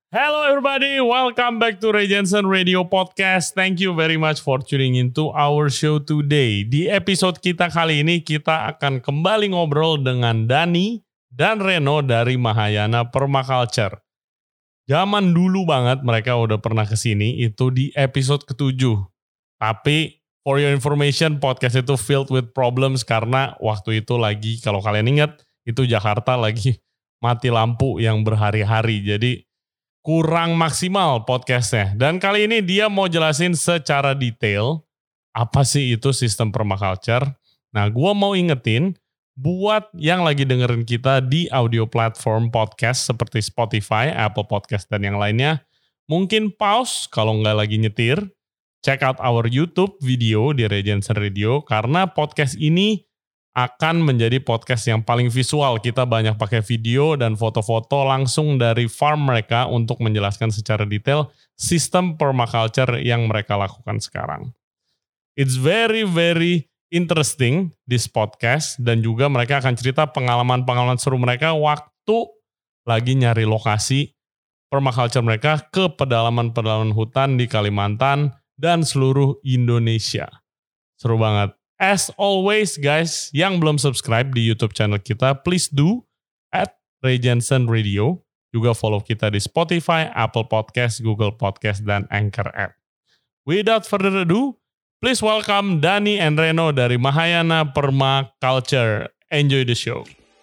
Hello everybody, welcome back to Ray Jensen Radio Podcast. Thank you very much for tuning into our show today. Di episode kita kali ini kita akan kembali ngobrol dengan Dani dan Reno dari Mahayana Permaculture. Zaman dulu banget mereka udah pernah kesini, itu di episode ke-7. Tapi for your information, podcast itu filled with problems karena waktu itu lagi, kalau kalian ingat, itu Jakarta lagi mati lampu yang berhari-hari. Jadi kurang maksimal podcastnya. Dan kali ini dia mau jelasin secara detail apa sih itu sistem permaculture. Nah, gue mau ingetin buat yang lagi dengerin kita di audio platform podcast seperti Spotify, Apple Podcast, dan yang lainnya. Mungkin pause kalau nggak lagi nyetir. Check out our YouTube video di Ray Jensen Radio karena podcast ini akan menjadi podcast yang paling visual. Kita banyak pakai video dan foto-foto langsung dari farm mereka untuk menjelaskan secara detail sistem permaculture yang mereka lakukan sekarang. It's very, very interesting this podcast dan juga mereka akan cerita pengalaman-pengalaman seru mereka waktu lagi nyari lokasi permaculture mereka ke pedalaman-pedalaman hutan di Kalimantan dan seluruh Indonesia. Seru banget. As always guys, yang belum subscribe di YouTube channel kita, please do at Ray Jensen Radio. Juga follow kita di Spotify, Apple Podcast, Google Podcast, dan Anchor app. Without further ado, please welcome Dani and Reno dari Mahayana Permaculture. Enjoy the show.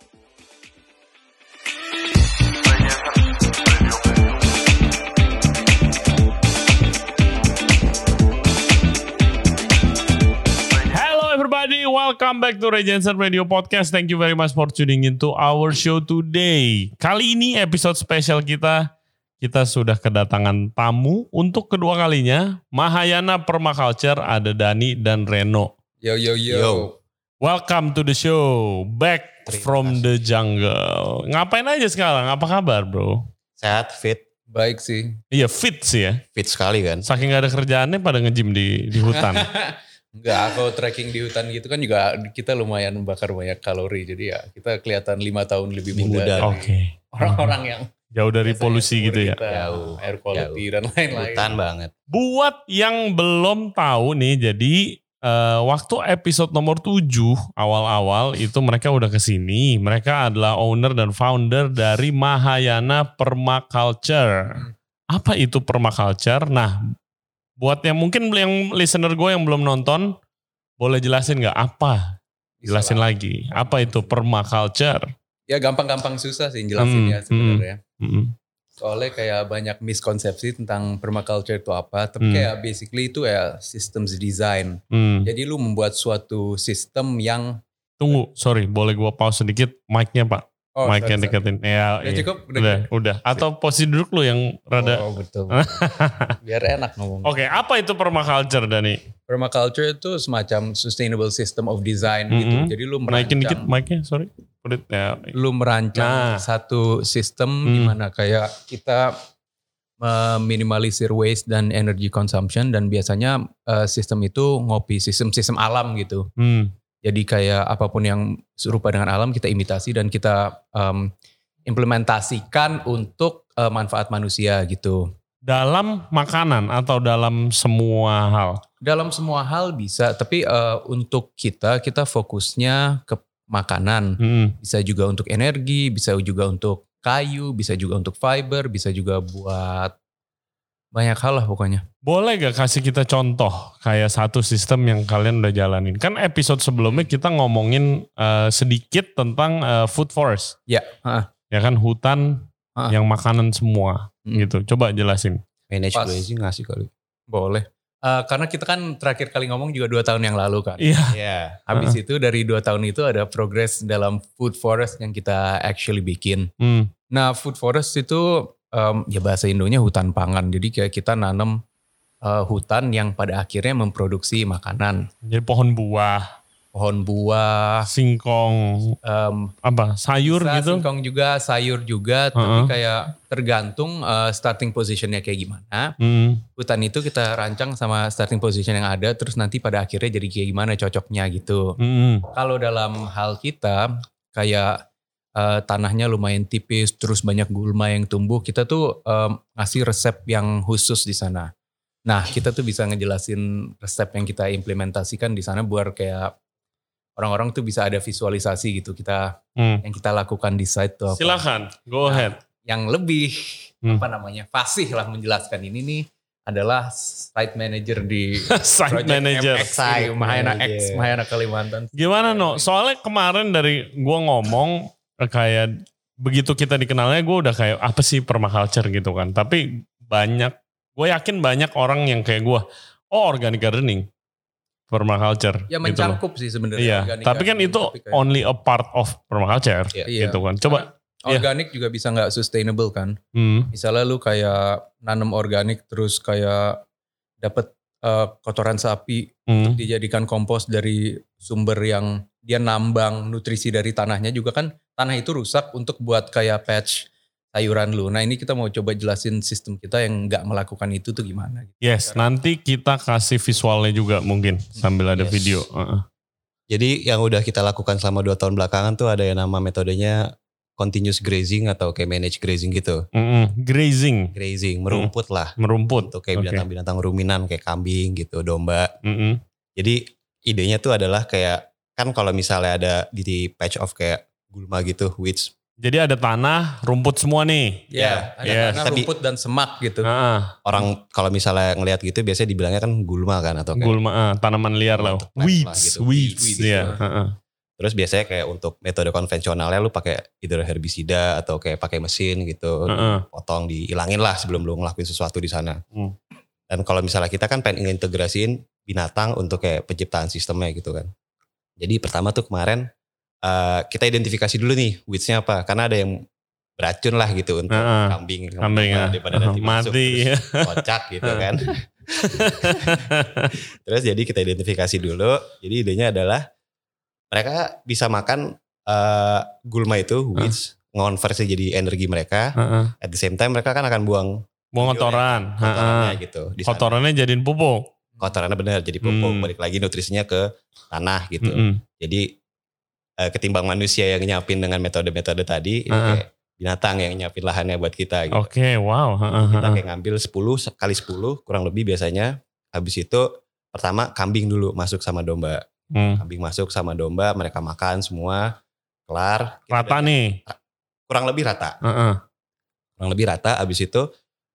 Welcome back to Ray Jensen Radio Podcast. Thank you very much for tuning into our show today. Kali ini episode spesial kita sudah kedatangan tamu untuk kedua kalinya. Mahayana Permaculture, ada Dani dan Reno. Yo. Welcome to the show. Back from the jungle. Ngapain aja sekarang? Apa kabar bro? Sehat, fit. Baik sih. Iya fit sih ya. Fit sekali kan. Saking gak ada kerjaannya pada nge-gym di hutan. Enggak, kalau trekking di hutan gitu kan juga kita lumayan membakar banyak kalori. Jadi ya kita kelihatan 5 tahun lebih muda. Oke. Orang-orang yang jauh dari polusi gitu ya. Jauh, air quality dan lain-lain. Hutan banget. Buat yang belum tahu nih, jadi waktu episode nomor 7 awal-awal itu mereka udah kesini. Mereka adalah owner dan founder dari Mahayana Permaculture. Apa itu permaculture? Nah, buat yang mungkin yang listener gue yang belum nonton, boleh jelasin gak apa? Jelasin lagi. Apa itu permaculture? Ya gampang-gampang susah sih jelasinnya sebenarnya. Soalnya kayak banyak miskonsepsi tentang permaculture itu apa. Tapi kayak basically itu ya systems design. Jadi lu membuat suatu sistem yang... Tunggu, sorry boleh gue pause sedikit mic-nya Pak. Oh, mic yang deketin. Ya, udah cukup? Udah. Atau posisi duduk lu yang rada... Oh betul. Biar enak ngomong. Oke, apa itu permaculture Dani? Permaculture itu semacam sustainable system of design gitu. Jadi lu merancang... Naikin dikit mic-nya, sorry. Ya. Lu merancang satu sistem di mana kayak kita meminimalisir waste dan energy consumption. Dan biasanya sistem itu ngopi sistem alam gitu. Jadi kayak apapun yang serupa dengan alam kita imitasi dan kita implementasikan untuk manfaat manusia gitu. Dalam makanan atau dalam semua hal? Dalam semua hal bisa, tapi untuk kita fokusnya ke makanan. Bisa juga untuk energi, bisa juga untuk kayu, bisa juga untuk fiber, bisa juga buat banyak hal lah pokoknya. Boleh gak kasih kita contoh kayak satu sistem yang kalian udah jalanin? Kan episode sebelumnya kita ngomongin sedikit tentang food forest. Ya. Ya kan hutan yang makanan semua gitu. Coba jelasin. Manage grazing ngasih kali. Boleh. Karena kita kan terakhir kali ngomong juga 2 tahun yang lalu kan. Iya. Habis itu dari 2 tahun itu ada progress dalam food forest yang kita actually bikin. Nah food forest itu... ya bahasa Indonya hutan pangan. Jadi kayak kita nanam hutan yang pada akhirnya memproduksi makanan. Jadi pohon buah, singkong, sayur gitu. Singkong juga, sayur juga. Tapi kayak tergantung starting positionnya kayak gimana. Hutan itu kita rancang sama starting position yang ada. Terus nanti pada akhirnya jadi kayak gimana cocoknya gitu. Kalau dalam hal kita kayak tanahnya lumayan tipis, terus banyak gulma yang tumbuh, kita tuh ngasih resep yang khusus di sana. Nah, kita tuh bisa ngejelasin resep yang kita implementasikan di sana buat kayak orang-orang tuh bisa ada visualisasi gitu yang kita lakukan di site tuh apa. Silakan, go ahead. Yang lebih fasih lah menjelaskan ini nih adalah site manager di site manager Mahayana Kalimantan. Gimana no? Soalnya kemarin dari gua ngomong kayak begitu kita dikenalnya gue udah kayak apa sih permaculture gitu kan. Tapi gue yakin banyak orang yang kayak gue, organic gardening, permaculture. Ya mencakup gitu sih sebenarnya. Iya, tapi kan itu only a part of permaculture gitu kan. Coba. Organik juga bisa nggak sustainable kan. Misalnya lu kayak nanam organik terus kayak dapet kotoran sapi untuk dijadikan kompos dari sumber yang dia nambang nutrisi dari tanahnya juga kan. Tanah itu rusak untuk buat kayak patch sayuran lu. Nah ini kita mau coba jelasin sistem kita yang nggak melakukan itu tuh gimana. Yes, nanti kita kasih visualnya juga mungkin sambil ada video. Jadi yang udah kita lakukan selama 2 tahun belakangan tuh ada yang nama metodenya continuous grazing atau kayak manage grazing gitu. Grazing, merumput lah. Merumput. Untuk kayak binatang-binatang ruminan kayak kambing gitu, domba. Jadi idenya tuh adalah kayak, kan kalau misalnya ada di patch of kayak gulma gitu, weeds. Jadi ada tanah, rumput semua nih. Ada tanah, rumput dan semak gitu. Orang kalau misalnya ngelihat gitu biasanya dibilangnya kan gulma kan atau kayak gulma, tanaman liar lah. Weeds. Ya. Terus biasanya kayak untuk metode konvensionalnya lu pakai either herbisida atau kayak pakai mesin gitu, potong dihilangin lah sebelum lu ngelakuin sesuatu di sana. Dan kalau misalnya kita kan pengen integrasiin binatang untuk kayak penciptaan sistemnya gitu kan. Jadi pertama tuh kemarin kita identifikasi dulu nih weeds-nya apa, karena ada yang beracun lah gitu untuk kambing daripada nanti masuk terus kocak gitu kan. Terus jadi kita identifikasi dulu. Jadi idenya adalah mereka bisa makan gulma itu, weeds, ngonversi jadi energi mereka. At the same time mereka kan akan buang kotoran. Gitu. Kotorannya jadiin pupuk. Kotorannya benar jadi pupuk, balik lagi nutrisinya ke tanah gitu. Jadi ketimbang manusia yang nyapin dengan metode-metode tadi, kayak binatang yang nyapin lahannya buat kita gitu. Oke, wow. Kita kayak ngambil 10 kali 10 kurang lebih biasanya. Habis itu pertama kambing dulu masuk sama domba. Kambing masuk sama domba, mereka makan semua, kelar. Rata nih? Kurang lebih rata. Kurang lebih rata, abis itu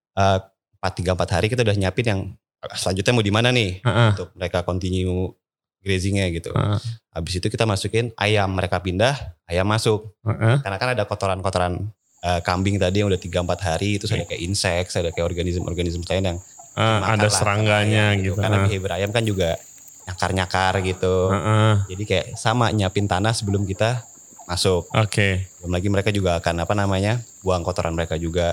3-4 hari kita udah nyiapin yang selanjutnya mau di mana nih. Untuk mereka continue grazingnya gitu. Abis itu kita masukin ayam, mereka pindah, ayam masuk. Karena kan ada kotoran-kotoran kambing tadi yang udah 3-4 hari, terus ada kayak inseks, ada kayak organisme-organisme lain yang ada serangganya gitu. Karena Karena behavior ayam kan juga nyakar-nyakar gitu. Jadi kayak sama nyiapin tanah sebelum kita masuk. Belum lagi mereka juga akan buang kotoran mereka juga.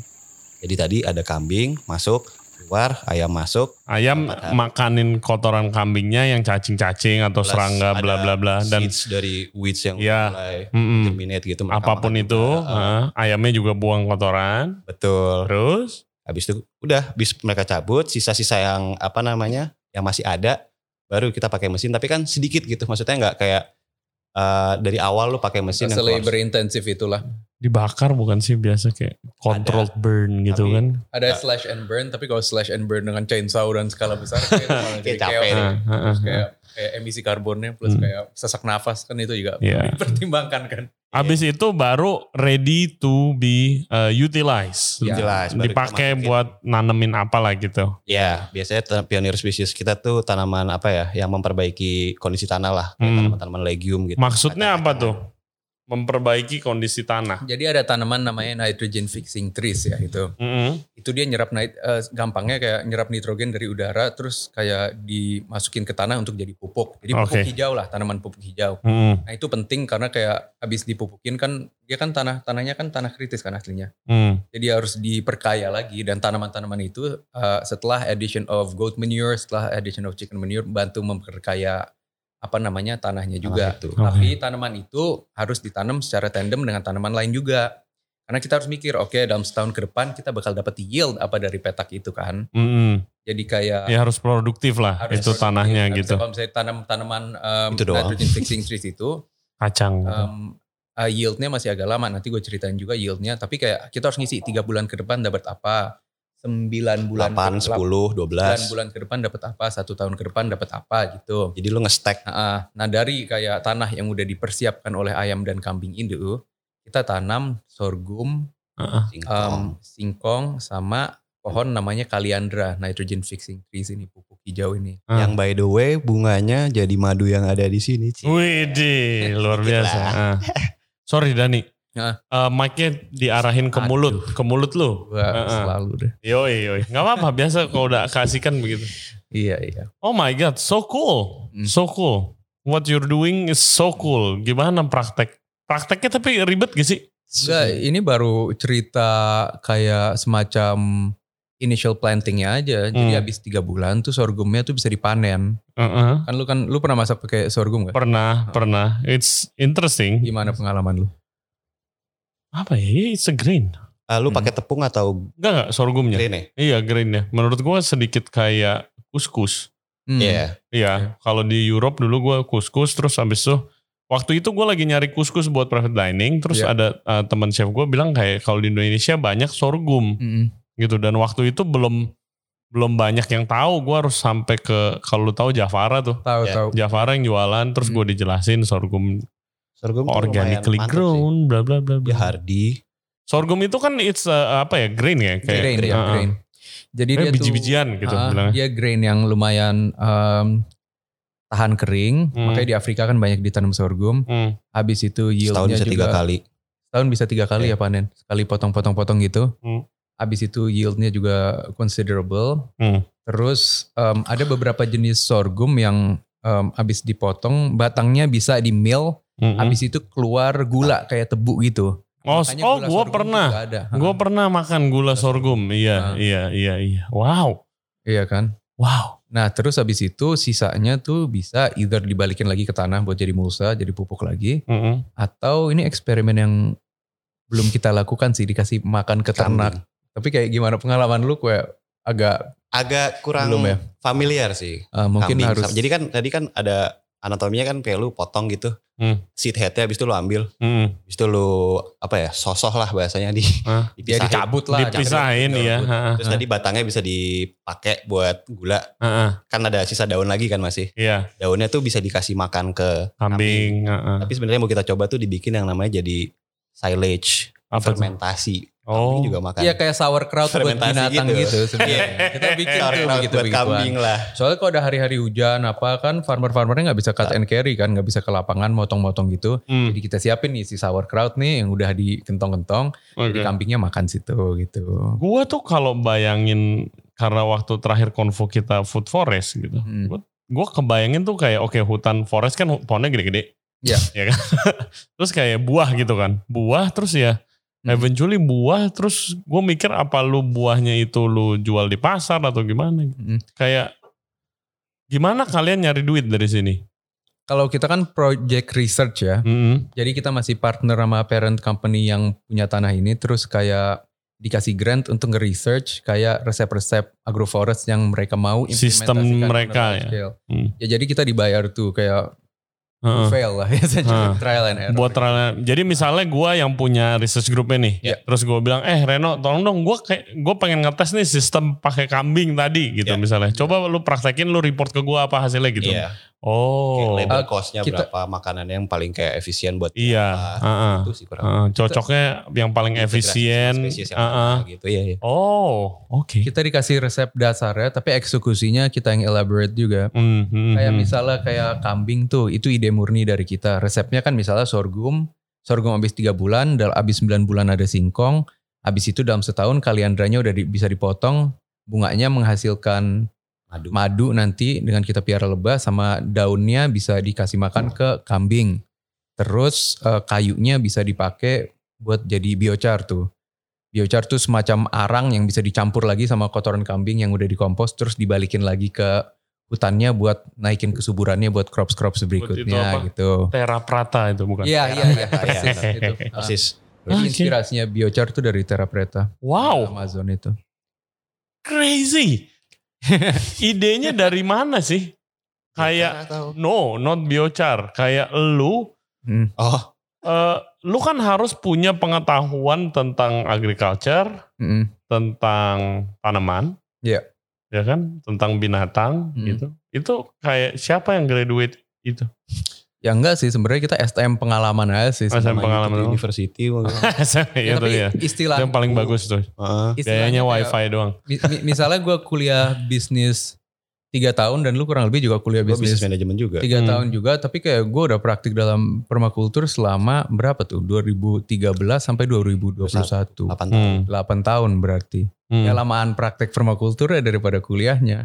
Jadi tadi ada kambing masuk, keluar, ayam masuk. Ayam makanin kotoran kambingnya yang cacing-cacing atau serangga bla bla bla, dan seeds dari weeds yang mulai germinate gitu. Apapun itu, ayamnya juga buang kotoran. Betul. Terus habis itu udah, habis mereka cabut, sisa-sisa yang yang masih ada, baru kita pakai mesin, tapi kan sedikit gitu. Maksudnya nggak kayak dari awal lu pakai mesin yang labor intensif itulah. Dibakar bukan sih biasa kayak controlled burn gitu kan? Ada slash and burn, tapi kalau slash and burn dengan chainsaw dan skala besar kayak capek. Terus kayak emisi karbonnya plus kayak sesak nafas kan itu juga dipertimbangkan kan. Abis itu baru ready to be utilized. Dipakai buat nanemin apa lah gitu. Ya, biasanya pioneer species kita tuh tanaman yang memperbaiki kondisi tanah lah. Kayak tanaman-tanaman legume gitu. Maksudnya apa tuh? Memperbaiki kondisi tanah. Jadi ada tanaman namanya nitrogen fixing trees ya itu. Itu dia nyerap gampangnya kayak nyerap nitrogen dari udara terus kayak dimasukin ke tanah untuk jadi pupuk. Jadi pupuk hijau lah, tanaman pupuk hijau. Nah itu penting karena kayak habis dipupukin kan dia kan tanahnya kan tanah kritis kan aslinya. Jadi harus diperkaya lagi, dan tanaman-tanaman itu setelah addition of goat manure, setelah addition of chicken manure bantu memperkaya tanahnya juga. Tapi tanaman itu harus ditanam secara tandem dengan tanaman lain juga. Karena kita harus mikir, dalam setahun ke depan kita bakal dapat yield apa dari petak itu kan. Jadi kayak ya harus produktif lah itu tanahnya gitu. Kalau misalnya tanam tanaman nitrogen fixing trees itu kacang. yieldnya masih agak lama. Nanti gue ceritain juga yieldnya. Tapi kayak kita harus ngisi 3 bulan ke depan dapat apa. 9 bulan. 8, 10, 12. 9 bulan ke depan dapat apa. 1 tahun ke depan dapat apa gitu. Jadi lu nge-stack. Nah dari kayak tanah yang udah dipersiapkan oleh ayam dan kambing itu. Kita tanam sorghum, singkong sama pohon namanya kaliandra, nitrogen fixing trees ini, pupuk hijau ini. Yang by the way bunganya jadi madu yang ada di sini. Widih, luar biasa. Sorry Dani, mic-nya diarahin ke mulut lu. Selalu deh. Yoi, nggak apa-apa, biasa kalau udah kasihkan begitu. Iya. Oh my god, so cool. What you're doing is so cool. Gimana prakteknya tapi ribet gak sih? Enggak, ini baru cerita kayak semacam initial plantingnya aja. Jadi habis 3 bulan tuh sorghumnya tuh bisa dipanen. Kan lu pernah masak pakai sorghum gak? Pernah. It's interesting. Gimana pengalaman lu? Apa ya? It's a grain. Lu pakai tepung atau? Enggak sorghumnya. Grain ya? Iya grainnya. Menurut gua sedikit kayak kuskus. Iya. Kalau di Europe dulu gua kuskus, terus habis itu waktu itu gue lagi nyari kuskus buat private dining, terus ada teman chef gue bilang kayak kalau di Indonesia banyak sorghum gitu, dan waktu itu belum banyak yang tahu. Gue harus sampai ke, kalau lu tahu Jafara tuh, tahu Jafara yang jualan, terus gue dijelasin sorghum organically grown, bla bla bla. Ya hardy. Sorghum itu kan it's grain ya, kayak grain. Jadi dia biji-bijian gitu. Dia grain yang lumayan tahan kering, makanya di Afrika kan banyak ditanam sorghum. Habis itu yieldnya setahun bisa juga 3 kali. Setahun bisa 3 kali ya panen, sekali potong-potong gitu. Habis itu yieldnya juga considerable. Terus ada beberapa jenis sorghum yang habis dipotong batangnya bisa di mill, habis itu keluar gula kayak tebu gitu. Gue pernah makan gula sorghum. Iya. Wow. Iya kan? Wow. Nah terus habis itu sisanya tuh bisa either dibalikin lagi ke tanah buat jadi mulsa, jadi pupuk lagi. Atau ini eksperimen yang belum kita lakukan sih, dikasih makan ke ternak. Tapi kayak gimana pengalaman lu, kayak agak kurang familiar sih. Mungkin kambing. Harus. Jadi kan tadi kan ada anatominya kan kayak lu potong gitu. Seed headnya habis itu lu ambil. Habis itu lu sosoh lah bahasanya dipisahin. Ya dicabut lah. Dipisahin ya. Terus tadi batangnya bisa dipakai buat gula. Kan ada sisa daun lagi kan masih. Iya. Daunnya tuh bisa dikasih makan ke kambing. Tapi sebenarnya mau kita coba tuh dibikin yang namanya jadi silage. Fermentasi. Kambing juga makan. Iya kayak sauerkraut buat binatang gitu sebenarnya. Kita bikin tuh buat kambing lah. Soalnya kalau ada hari-hari hujan kan farmernya nggak bisa cut and carry kan, nggak bisa ke lapangan motong-motong gitu. Jadi kita siapin nih si sauerkraut nih yang udah dikentong-kentong, jadi kambingnya makan situ gitu. Gua tuh kalau bayangin, karena waktu terakhir konvo kita food forest gitu, gua kebayangin tuh kayak hutan forest kan pohonnya gede-gede. Iya. Ya kan? Terus kayak buah gitu kan, terus ya. Eventually buah, terus gue mikir apa lu buahnya itu lu jual di pasar atau gimana? Kayak gimana kalian nyari duit dari sini? Kalau kita kan project research ya, jadi kita masih partner sama parent company yang punya tanah ini, terus kayak dikasih grant untuk nge-research kayak resep-resep agroforest yang mereka mau implementasikan. Sistem mereka ya. Ya jadi kita dibayar tuh kayak fail lah ya, trial and error. Buat trial. Jadi misalnya gue yang punya research groupnya nih, terus gue bilang, Reno, tolong dong, gue pengen ngetes nih sistem pakai kambing tadi gitu misalnya. Coba lu praktekin, lu report ke gue apa hasilnya gitu. Kayak labor cost-nya berapa, makanan yang paling kayak efisien buat itu sih kurang. Cocoknya yang paling efisien. Gitu ya. Oke. Kita dikasih resep dasarnya, tapi eksekusinya kita yang elaborate juga. Kayak misalnya kayak kambing tuh, itu ide murni dari kita. Resepnya kan misalnya sorghum habis 3 bulan, habis 9 bulan ada singkong, habis itu dalam setahun kaliandranya udah bisa dipotong, bunganya menghasilkan madu nanti dengan kita piara lebah, sama daunnya bisa dikasih makan ke kambing. Terus kayunya bisa dipakai buat jadi biochar tuh. Biochar tuh semacam arang yang bisa dicampur lagi sama kotoran kambing yang udah dikompos, terus dibalikin lagi ke hutannya buat naikin kesuburannya buat crops berikutnya gitu. Terra Prata itu bukan? Iya. Persis. Inspirasinya biochar tuh dari Terra Preta. Wow. Amazon itu. Crazy. Idenya dari mana sih? Kayak not biochar, kayak lu lu kan harus punya pengetahuan tentang agriculture, tentang tanaman, ya kan, tentang binatang gitu. Itu kayak siapa yang graduate itu? Ya enggak sih, sebenarnya kita STM pengalaman aja sih. STM pengalaman university. Ya, tapi ya. Istilah yang paling bagus tuh. Gayanya wifi doang. Misalnya gue kuliah bisnis 3 tahun dan lu kurang lebih juga kuliah bisnis manajemen juga. 3 tahun juga, tapi kayak gue udah praktik dalam permakultur selama berapa tuh? 2013 sampai 2021. 8 tahun berarti. Ya lamaan praktek permakultur ya daripada kuliahnya.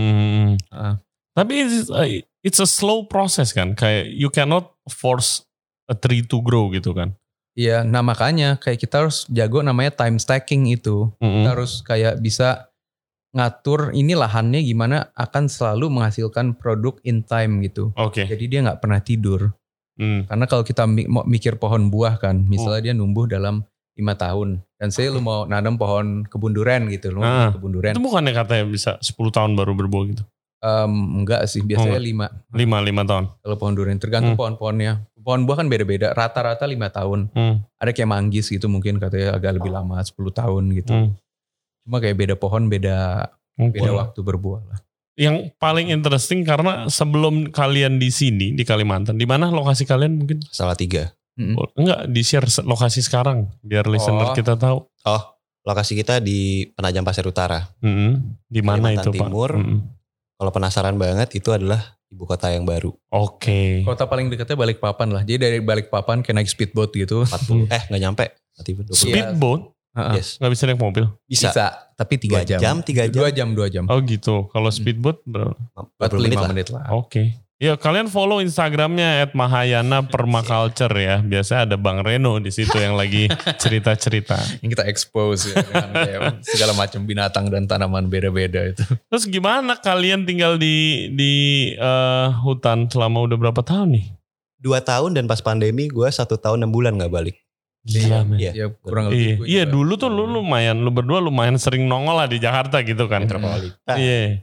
Tapi it's a slow process kan, kayak you cannot force a tree to grow gitu kan. Iya, nah makanya kayak kita harus jago namanya time stacking itu. Kita harus kayak bisa ngatur ini lahannya gimana akan selalu menghasilkan produk in time gitu. Jadi dia gak pernah tidur. Karena kalau kita mikir pohon buah kan, misalnya dia numbuh dalam 5 tahun. Dan saya lu mau nanam pohon kebun duren gitu. Kebun duren. Itu bukannya katanya bisa 10 tahun baru berbuah gitu? Enggak sih, biasanya 5 tahun. Kalau pohon durian tergantung pohon-pohonnya. Pohon buah kan beda-beda, rata-rata 5 tahun. Ada kayak manggis gitu mungkin katanya agak lebih lama 10 tahun gitu. Cuma kayak beda pohon, beda waktu berbuah lah. Yang paling interesting karena sebelum kalian di sini di Kalimantan, di mana lokasi kalian mungkin? Salatiga. Enggak, di share lokasi sekarang biar listener kita tahu. Lokasi kita di Penajam Pasir Utara. Di mana itu, Pak? Timur. Kalau penasaran banget itu adalah ibu kota yang baru. Kota paling dekatnya Balikpapan lah. Jadi dari Balikpapan kayak naik speedboat gitu. 40 gak nyampe. Speedboat? Yes. Gak bisa naik mobil? Bisa tapi 3 jam. 2 jam. Oh gitu. Kalau speedboat berapa? 45 menit lah. Ya kalian follow Instagramnya @mahayana_permaculture ya. Biasanya ada Bang Reno di situ yang lagi cerita-cerita. Yang kita expose ya, dengan segala macam binatang dan tanaman beda-beda itu. Terus gimana kalian tinggal di hutan selama udah berapa tahun nih? 2 tahun dan pas pandemi gue 1 tahun 6 bulan gak balik. Gila men. Ya, kurang lebih. Iya dulu tuh lu berdua lumayan sering nongol lah di Jakarta gitu kan. Metropolitan. Iya.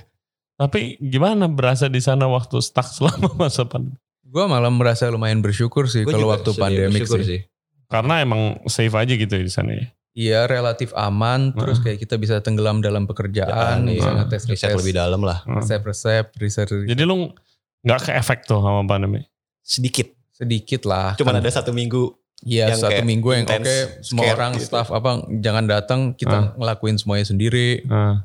Tapi gimana berasa di sana waktu stuck selama masa pandemi? Gue malah merasa lumayan bersyukur sih kalau waktu pandemik sih. Karena emang safe aja gitu ya di sana ya. Iya relatif aman, terus kayak kita bisa tenggelam dalam pekerjaan, bisa ngetes riset lebih dalam lah. Resep. Jadi lu nggak ke efek tuh sama pandemi? Sedikit lah. Cuman ada 1 minggu. Iya 1 minggu yang semua orang gitu. Staff jangan datang, kita ngelakuin semuanya sendiri.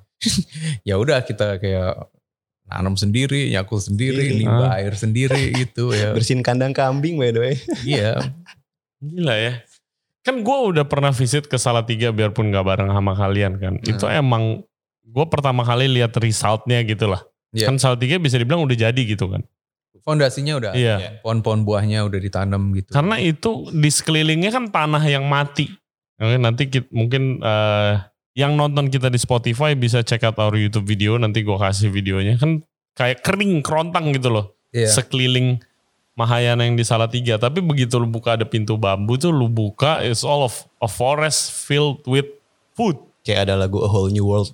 Ya udah kita kayak nanam sendiri, nyakul sendiri, limbah air sendiri gitu ya. Bersihin kandang kambing by the way. Iya. Gila ya. Kan gue udah pernah visit ke Salatiga biarpun gak bareng sama kalian kan. Itu emang gue pertama kali lihat resultnya gitu lah. Kan Salatiga bisa dibilang udah jadi gitu kan. Fondasinya udah ada. Pohon-pohon buahnya udah ditanam gitu. Karena itu di sekelilingnya kan tanah yang mati. Nanti mungkin yang nonton kita di Spotify bisa check out our YouTube video. Nanti gue kasih videonya. Kan kayak kering, kerontang gitu loh. Sekeliling Mahayana yang di Salatiga. Tapi begitu lu buka ada pintu bambu tuh lu buka. It's all of a forest filled with food. Kayak ada lagu A Whole New World.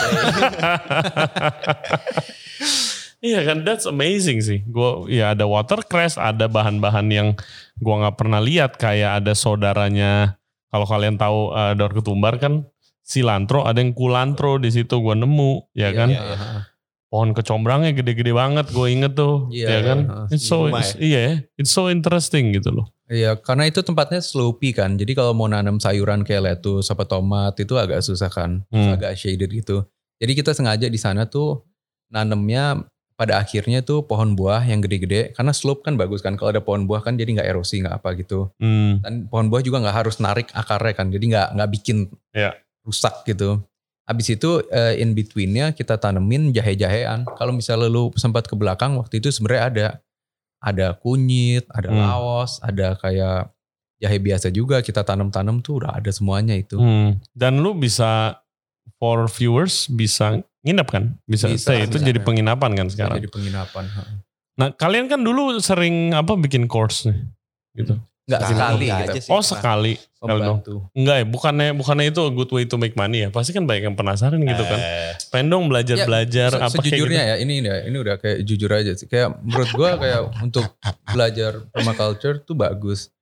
Iya kan, that's amazing sih. Ada watercress, ada bahan-bahan yang gue gak pernah lihat. Kayak ada saudaranya. Kalau kalian tahu daun ketumbar kan. Cilantro, ada yang kulantro di situ gue nemu, ya kan? Pohon kecombrangnya gede-gede banget, gue inget tuh, ya kan? It's so interesting gitu loh. Iya, karena itu tempatnya slopey kan, jadi kalau mau nanam sayuran kayak lettuce apa tomat itu agak susah kan, agak shaded gitu. Jadi kita sengaja di sana tuh nanemnya pada akhirnya tuh pohon buah yang gede-gede, karena slope kan bagus kan, kalau ada pohon buah kan jadi nggak erosi nggak apa gitu. Dan pohon buah juga nggak harus narik akarnya kan, jadi nggak bikin rusak gitu. Habis itu in betweennya kita tanemin jahe-jahean. Kalau misalnya lu sempat ke belakang waktu itu sebenarnya ada kunyit, ada laos, ada kayak jahe biasa juga kita tanam-tanam tuh udah ada semuanya itu. Dan lu bisa for viewers bisa nginep kan? Bisa stay itu jadi penginapan kan sekarang? Jadi penginapan. Nah kalian kan dulu sering bikin course nih gitu. Enggak sekali gitu. Sekali. Enggak ya, bukannya itu a good way to make money ya. Pasti kan banyak yang penasaran gitu kan. Pengen dong belajar apa sejujurnya kayak gitu. Ya, ini udah kayak jujur aja sih. Kayak menurut gua kayak untuk belajar permaculture tuh bagus.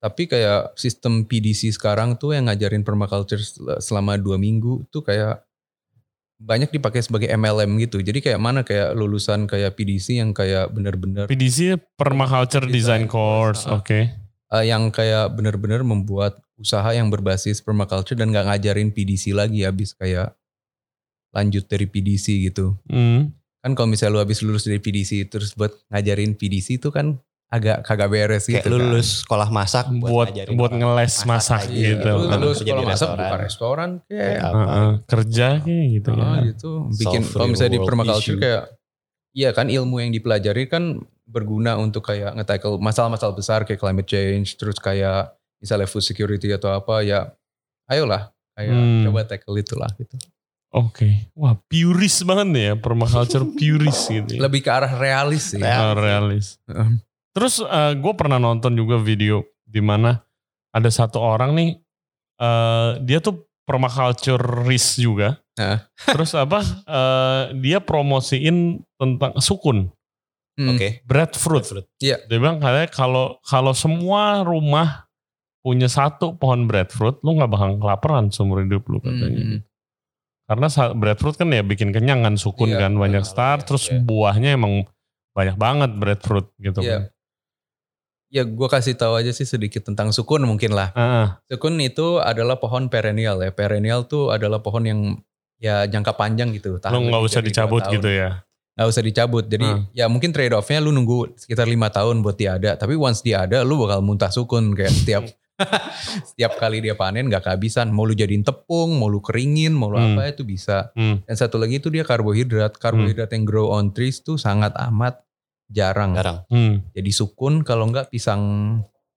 Tapi kayak sistem PDC sekarang tuh yang ngajarin permaculture selama 2 minggu tuh kayak banyak dipakai sebagai MLM gitu. Jadi kayak mana kayak lulusan kayak PDC yang kayak bener-bener. PDC Permaculture Design Course, oke. Yang kayak bener-bener membuat usaha yang berbasis permaculture dan gak ngajarin PDC lagi habis kayak lanjut dari PDC gitu. Kan kalau misalnya lu habis lulus dari PDC terus buat ngajarin PDC itu kan agak kagak beres kayak gitu. Kayak lulus sekolah masak buat ngeles masak gitu. Lu lulus sekolah masak buka restoran kayak kerja kayak gitu ya. Gitu. Bikin kalau misalnya di permaculture kayak iya kan ilmu yang dipelajari kan berguna untuk kayak nge-tackle masalah-masalah besar kayak climate change, terus kayak misalnya food security atau apa ya. Ayolah kayak coba tackle itulah gitu. Oke. Wah, purist banget ya, permaculture purist gitu. Lebih ke arah realis sih. Realis. Terus gue pernah nonton juga video di mana ada satu orang nih, dia tuh permaculturist juga. Terus dia promosiin tentang sukun. Breadfruit. Iya. Dia bilang katanya kalau semua rumah punya satu pohon breadfruit, lu nggak bakal kelaparan seumur hidup lu katanya. Karena breadfruit kan ya bikin kenyang kan, sukun kan banyak star, terus buahnya emang banyak banget breadfruit gitu kan. Ya gue kasih tahu aja sih sedikit tentang sukun mungkin lah. Sukun itu adalah pohon perennial ya. Perennial tuh adalah pohon yang ya jangka panjang gitu. Lu gak usah dicabut gitu ya? Gak usah dicabut. Jadi ya mungkin trade offnya lu nunggu sekitar 5 tahun buat dia ada. Tapi once dia ada lu bakal muntah sukun kayak setiap kali dia panen gak kehabisan. Mau lu jadiin tepung, mau lu keringin, mau lu apa itu bisa. Dan satu lagi itu dia karbohidrat. Karbohidrat yang grow on trees tuh sangat amat jarang. Jadi sukun kalau enggak pisang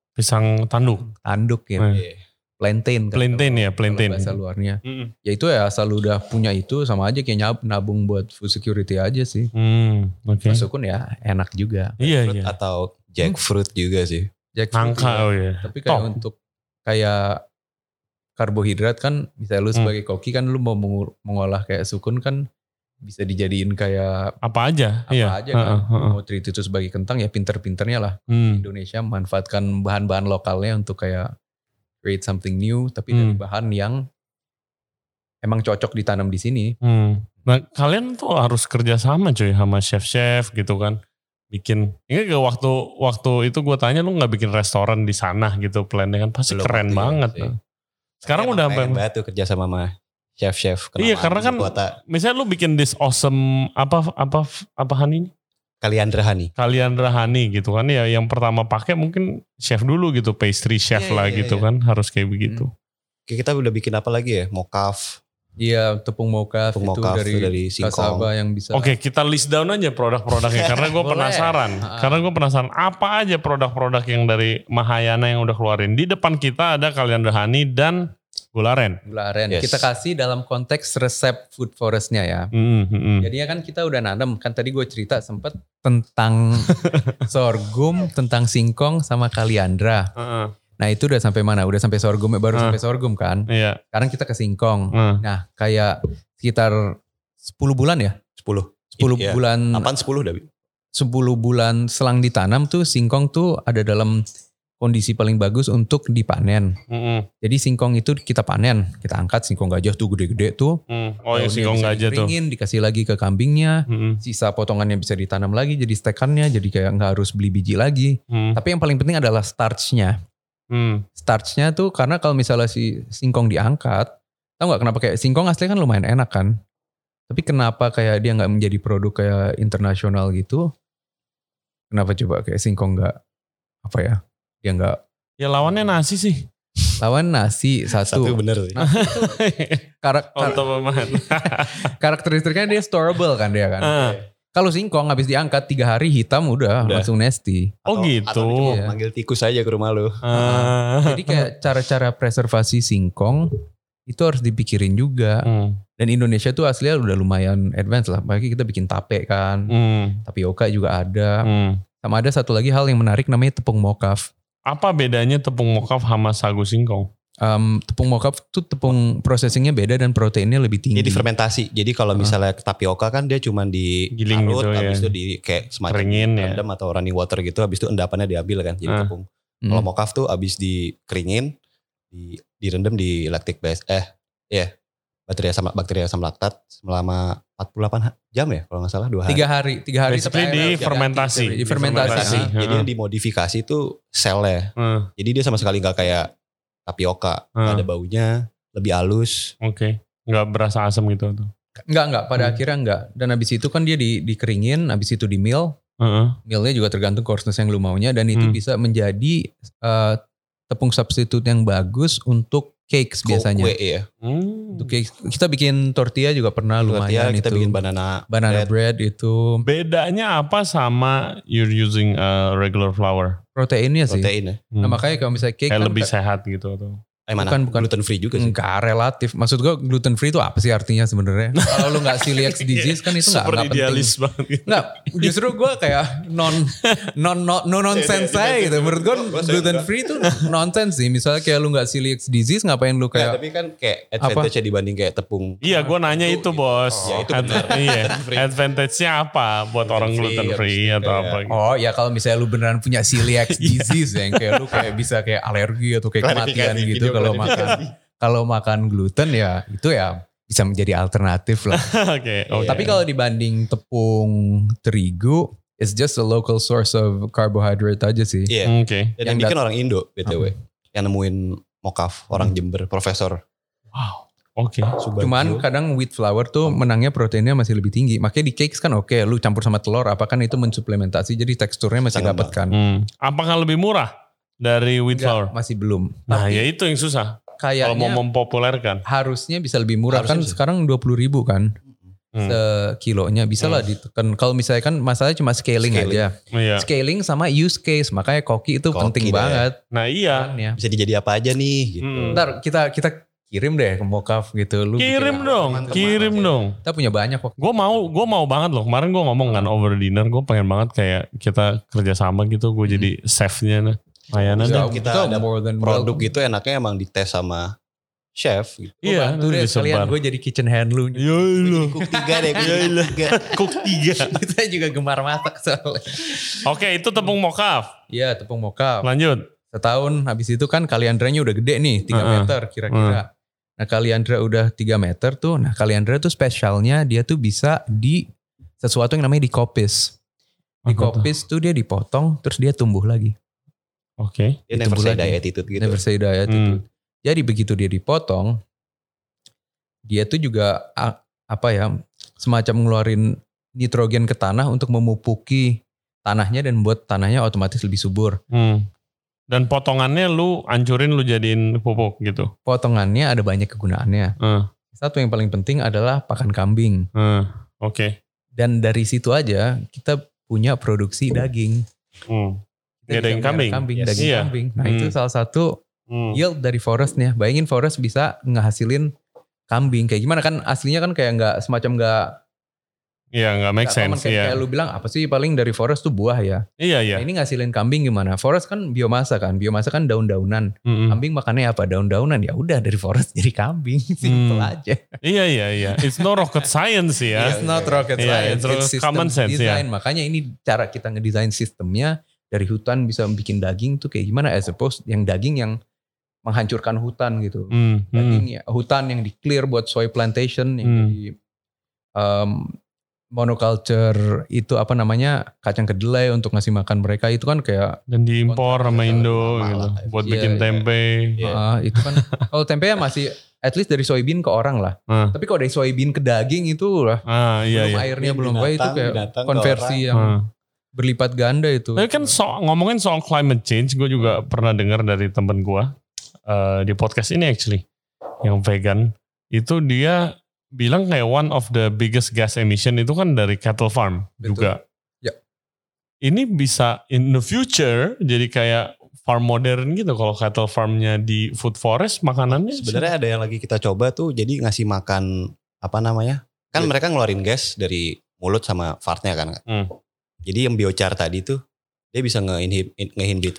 tanduk ya. Plantain bahasa luarnya. Ya itu ya asal udah punya itu sama aja kayak nabung buat food security aja sih. Sukun ya enak juga. Iya. Atau jackfruit juga sih. Nangka Tapi kayak untuk kayak karbohidrat kan misalnya lu sebagai koki kan lu mau mengolah kayak sukun kan bisa dijadiin kayak apa aja kan. Mau treat itu sebagai kentang ya pinter-pinternya lah. Indonesia memanfaatkan bahan-bahan lokalnya untuk kayak create something new tapi dari bahan yang emang cocok ditanam di sini. Nah kalian tuh harus kerja sama cuy sama chef-chef gitu kan. Bikin, ini waktu itu gue tanya lu gak bikin restoran di sana gitu plannya kan pasti belum keren banget. Sekarang udah banget tuh kerja sama chef-chef. Iya karena kan misalnya lu bikin this awesome apa Hani? Kaliandra Hani gitu kan ya, yang pertama pakai mungkin chef dulu gitu, pastry chef gitu kan harus kayak begitu. Kita udah bikin apa lagi ya? Mocaf. Iya, tepung mocaf itu dari singkong yang bisa. Oke, kita list down aja produk-produknya karena gue penasaran. Karena gue penasaran apa aja produk-produk yang dari Mahayana yang udah keluarin. Di depan kita ada Kaliandra Hani dan Gula aren. Yes. Kita kasih dalam konteks resep food forestnya ya. Jadinya kan kita udah nanam. Kan tadi gue cerita sempet tentang sorghum, tentang singkong sama kaliandra. Nah itu udah sampai mana? Udah sampai sorghum, baru sampai sorghum kan. Iya. Sekarang kita ke singkong. Nah kayak sekitar 10 bulan ya? 10 bulan. Apaan 10 Dabi? 10 bulan selang ditanam tuh singkong tuh ada dalam kondisi paling bagus untuk dipanen. Jadi singkong itu kita panen, kita angkat singkong gajah tuh gede-gede tuh. Oh ya singkong gajah tuh. Dikasih lagi ke kambingnya, sisa potongannya bisa ditanam lagi jadi stekannya, jadi kayak nggak harus beli biji lagi. Tapi yang paling penting adalah starchnya. Starchnya tuh karena kalau misalnya si singkong diangkat, tahu nggak kenapa kayak singkong asli kan lumayan enak kan? Tapi kenapa kayak dia nggak menjadi produk kayak internasional gitu? Kenapa coba kayak singkong nggak apa ya? Dia nggak. Ya lawannya nasi sih. Lawan nasi satu bener sih. Karakteristiknya dia storable kan dia kan. Kalau singkong habis diangkat 3 hari hitam udah langsung nasty. Gitu. Atau manggil tikus aja ke rumah lu. Jadi kayak cara-cara preservasi singkong itu harus dipikirin juga. Dan Indonesia tuh aslinya udah lumayan advance lah. Bagi kita bikin tape kan. Tapioka juga ada. Sama ada satu lagi hal yang menarik namanya tepung mocaf. Apa bedanya tepung mocaf sama sagu singkong? Tepung mocaf tuh tepung processingnya beda dan proteinnya lebih tinggi. Jadi difermentasi. Jadi kalau misalnya tapioka kan dia cuma digiling gitu, habis itu di kayak semacam rendam atau running water gitu, habis itu endapannya diambil kan jadi tepung. Kalau mocaf tuh abis dikeringin, direndam di lactic base, bakteri asam laktat selama 48 jam ya kalau nggak salah 2 hari. 3 hari. Basically di fermentasi. Jadi yang dimodifikasi itu selnya. Jadi dia sama sekali nggak kayak tapioka, nggak ada baunya, lebih halus. Oke. Nggak berasa asam gitu tuh. Enggak. Pada akhirnya enggak. Dan habis itu kan dia dikeringin, habis itu di mill. Millnya juga tergantung coarseness yang lu maunya. Dan itu bisa menjadi tepung substitute yang bagus untuk cakes biasanya. Kue ya. Untuk cakes. Kita bikin tortilla juga pernah lumayan kita itu. bikin banana bread itu. Bedanya apa sama you're using regular flour? Proteinnya sih. Proteinnya. Nah makanya kalau misalnya cake kayak kan lebih sehat gitu tuh. Bukan gluten free juga sih. Enggak relatif. Maksud gue gluten free itu apa sih artinya sebenarnya? Kalau lu gak celiac disease kan itu gak penting. Idealis banget. Enggak, justru gue kayak nonsense saya gitu. Menurut gue gluten free itu nonsense sih. Misalnya kayak lu gak celiac disease ngapain lu kayak. Tapi kan kayak advantage-nya dibanding kayak tepung. Iya gue nanya itu bos. Ya itu benar. Iya. Advantage-nya apa buat orang gluten free atau apa gitu. Oh ya kalau misalnya lu beneran punya celiac disease yang kayak lu kayak bisa kayak alergi atau kayak kematian gitu. Kalau makan gluten ya itu ya bisa menjadi alternatif lah. Oke. Tapi kalau dibanding tepung terigu, it's just a local source of carbohydrate aja sih. Iya. Oke. Dan yang bikin orang Indo BTW. Yang nemuin mocaf orang Jember, profesor. Wow. Oke. Cuman kadang wheat flour tuh menangnya proteinnya masih lebih tinggi. Makanya di cakes kan oke, lu campur sama telur, apa kan itu mensuplementasi jadi teksturnya masih dapat kan. Apakah lebih murah dari wheat flour? Masih belum. Nah ya itu yang susah. Kalau mau mempopulerkan. Harusnya bisa lebih murah kan sekarang 20.000 kan. Sekilonya bisa lah ditekan. Kalau misalnya kan masalahnya cuma scaling aja. Iya. Scaling sama use case. Makanya koki itu penting banget. Nah iya. Bisa dijadi apa aja nih gitu. Ntar kita kirim deh ke mocaf gitu. Lu kirim dong. Kita punya banyak kok. Gue mau banget loh. Kemarin gue ngomong kan over dinner. Gue pengen banget kayak kita kerjasama gitu. Gue jadi chefnya. Layanan kita ada produk gitu enaknya emang dites sama chef gitu. Iya, bantu deh sekalian gue jadi kitchen hand lu. Iya lu. Cook 3 deh. Cook 3. Kita juga gemar masak soalnya. Oke, itu tepung mocaf. Iya, tepung mocaf. Lanjut. Setahun habis itu kan kaliandranya udah gede nih, 3 meter kira-kira. Nah kaliandra udah 3 meter tuh. Nah kaliandra tuh spesialnya dia tuh bisa di sesuatu yang namanya dikopis. Dikopis tuh dia dipotong terus dia tumbuh lagi. Oke. Dia never say die attitude gitu. Never say die attitude. Jadi begitu dia dipotong, dia tuh juga semacam ngeluarin nitrogen ke tanah untuk memupuki tanahnya dan buat tanahnya otomatis lebih subur. Dan potongannya lu ancurin lu jadiin pupuk gitu? Potongannya ada banyak kegunaannya. Satu yang paling penting adalah pakan kambing. Oke. Dan dari situ aja kita punya produksi daging. Daging kambing. Kambing. Nah itu salah satu yield dari forestnya. Bayangin forest bisa ngehasilin kambing. Kayak gimana kan aslinya kan kayak nggak semacam nggak. Iya nggak make sense. Kayak lu bilang apa sih paling dari forest tuh buah ya. Iya. Nah, ini ngasilin kambing gimana? Forest kan biomasa kan. Biomasa kan daun-daunan. Kambing makannya apa? Daun-daunan. Ya udah dari forest jadi kambing. Simple aja. Iya. It's not rocket science ya. It's not rocket science. It's common sense design. Makanya ini cara kita ngedesain sistemnya. Dari hutan bisa bikin daging tuh kayak gimana? As opposed yang daging yang menghancurkan hutan gitu. Daging hutan yang di clear buat soy plantation. Yang jadi monoculture itu kacang kedelai untuk ngasih makan mereka itu kan kayak. Dan diimpor sama Indo gitu. Buat bikin tempe. Itu kan. Kalau tempe masih at least dari soybean ke orang lah. Tapi kalau dari soybean ke daging itu lah. Belum airnya belum itu kayak konversi yang. Berlipat ganda itu. Tapi kan ngomongin soal climate change, gue juga pernah dengar dari temen gue di podcast ini actually, yang vegan, itu dia bilang kayak one of the biggest gas emission itu kan dari cattle farm. Betul. Juga. Ya. Ini bisa in the future jadi kayak farm modern gitu kalau cattle farmnya di food forest makanannya. Sebenarnya ada yang lagi kita coba tuh jadi ngasih makan kan mereka ngeluarin gas dari mulut sama fartnya kan. Jadi yang biochar tadi tuh dia bisa nge-inhibit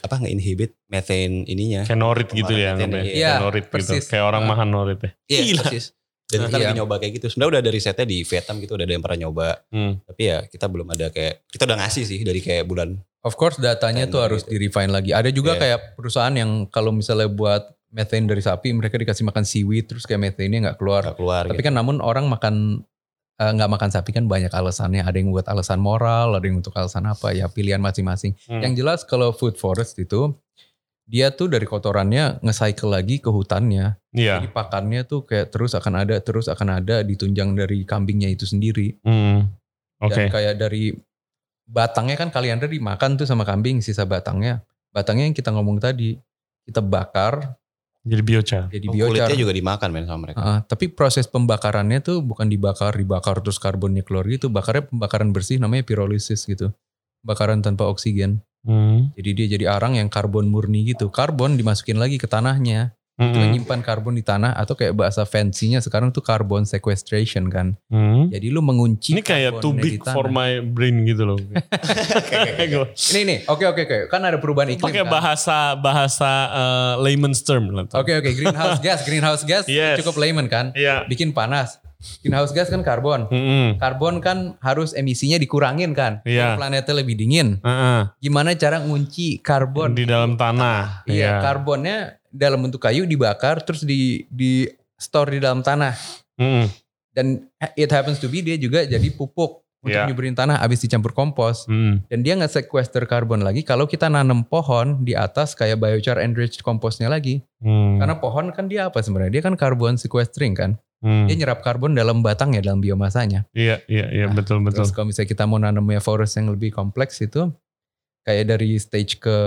methane ininya. Kayak norit gitu ya namanya. Iya, norit persis. gitu. Kayak orang makan norit ya. Iya, persis. Dan kita lagi nyoba kayak gitu. Sebenarnya udah ada risetnya di Vietnam gitu, udah ada yang pernah nyoba. Tapi ya kita belum ada kayak, kita udah ngasih sih dari kayak bulan. Of course datanya tuh harus gitu. di-refine lagi. Ada juga kayak perusahaan yang kalau misalnya buat methane dari sapi, mereka dikasih makan seaweed, terus kayak methane-nya gak keluar. Tapi gitu. kan namun orang gak makan sapi kan banyak alasannya. Ada yang buat alasan moral, ada yang untuk alasan apa, ya pilihan masing-masing. Yang jelas kalau food forest itu, dia tuh dari kotorannya nge-cycle lagi ke hutannya. Iya. Jadi pakannya tuh kayak terus akan ada ditunjang dari kambingnya itu sendiri. Dan kayak dari batangnya kan kaliandra dimakan tuh sama kambing, sisa batangnya. Batangnya yang kita ngomong tadi, kita bakar. Jadi biochar. Kulitnya juga dimakan men sama mereka. Tapi proses pembakarannya tuh bukan dibakar terus karbonnya keluar gitu. Bakarnya pembakaran bersih namanya pyrolysis gitu. Bakaran tanpa oksigen. Jadi dia jadi arang yang karbon murni gitu. Karbon dimasukin lagi ke tanahnya. Itu menyimpan karbon di tanah, atau kayak bahasa fancy-nya sekarang tuh carbon sequestration kan. Jadi lu mengunci. Ini kayak too big for my brain gitu loh. Ini. Oke. Kan ada perubahan iklim. Pakai bahasa layman's term lah. Oke. Greenhouse gas cukup layman kan. Bikin panas. Greenhouse gas kan karbon. Karbon kan harus emisinya dikurangin kan. Planetnya lebih dingin. Gimana cara ngunci karbon di dalam tanah? Iya, karbonnya dalam bentuk kayu dibakar terus di store di dalam tanah. Dan it happens to be dia juga jadi pupuk untuk nyuburin tanah abis dicampur kompos. Dan dia nge-sequester karbon lagi kalau kita nanam pohon di atas kayak biochar enriched composnya lagi. Karena pohon kan dia apa sebenarnya? Dia kan carbon sequestering kan. Dia nyerap karbon dalam batangnya, dalam biomasanya. Iya, betul. Terus kalau misalnya kita mau nanamnya forest yang lebih kompleks itu, kayak dari stage ke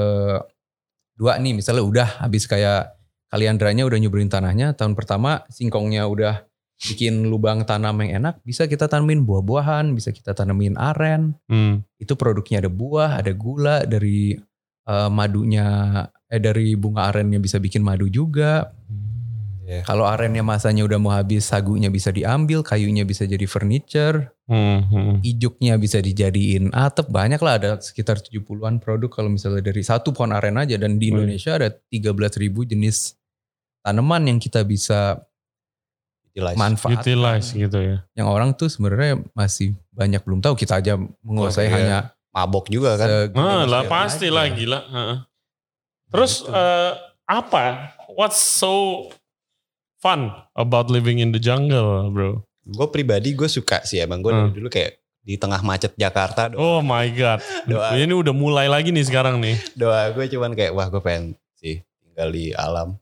2 nih, misalnya udah habis kayak kaliandranya udah nyuburin tanahnya, tahun pertama singkongnya udah bikin lubang tanam yang enak, bisa kita tanamin buah-buahan, bisa kita tanamin aren. Itu produknya ada buah, ada gula, dari madunya, dari bunga arennya bisa bikin madu juga. Kalau arennya masanya udah mau habis, sagunya bisa diambil, kayunya bisa jadi furniture, ijuknya bisa dijadiin atap, banyak lah, ada sekitar 70-an produk kalau misalnya dari satu pohon aren aja. Dan di Indonesia ada 13.000 jenis tanaman yang kita bisa manfaatkan. Utilize gitu ya. Yang orang tuh sebenarnya masih banyak belum tahu, kita aja menguasai hanya mabok juga kan. Lah pasti lah, gila. Terus apa? What's so fun about living in the jungle, bro? Gue pribadi gue suka sih emang. Gue dari dulu kayak di tengah macet Jakarta. Oh my god. Ini udah mulai lagi nih sekarang nih. Doa gue cuman kayak wah gue pengen sih tinggal di alam.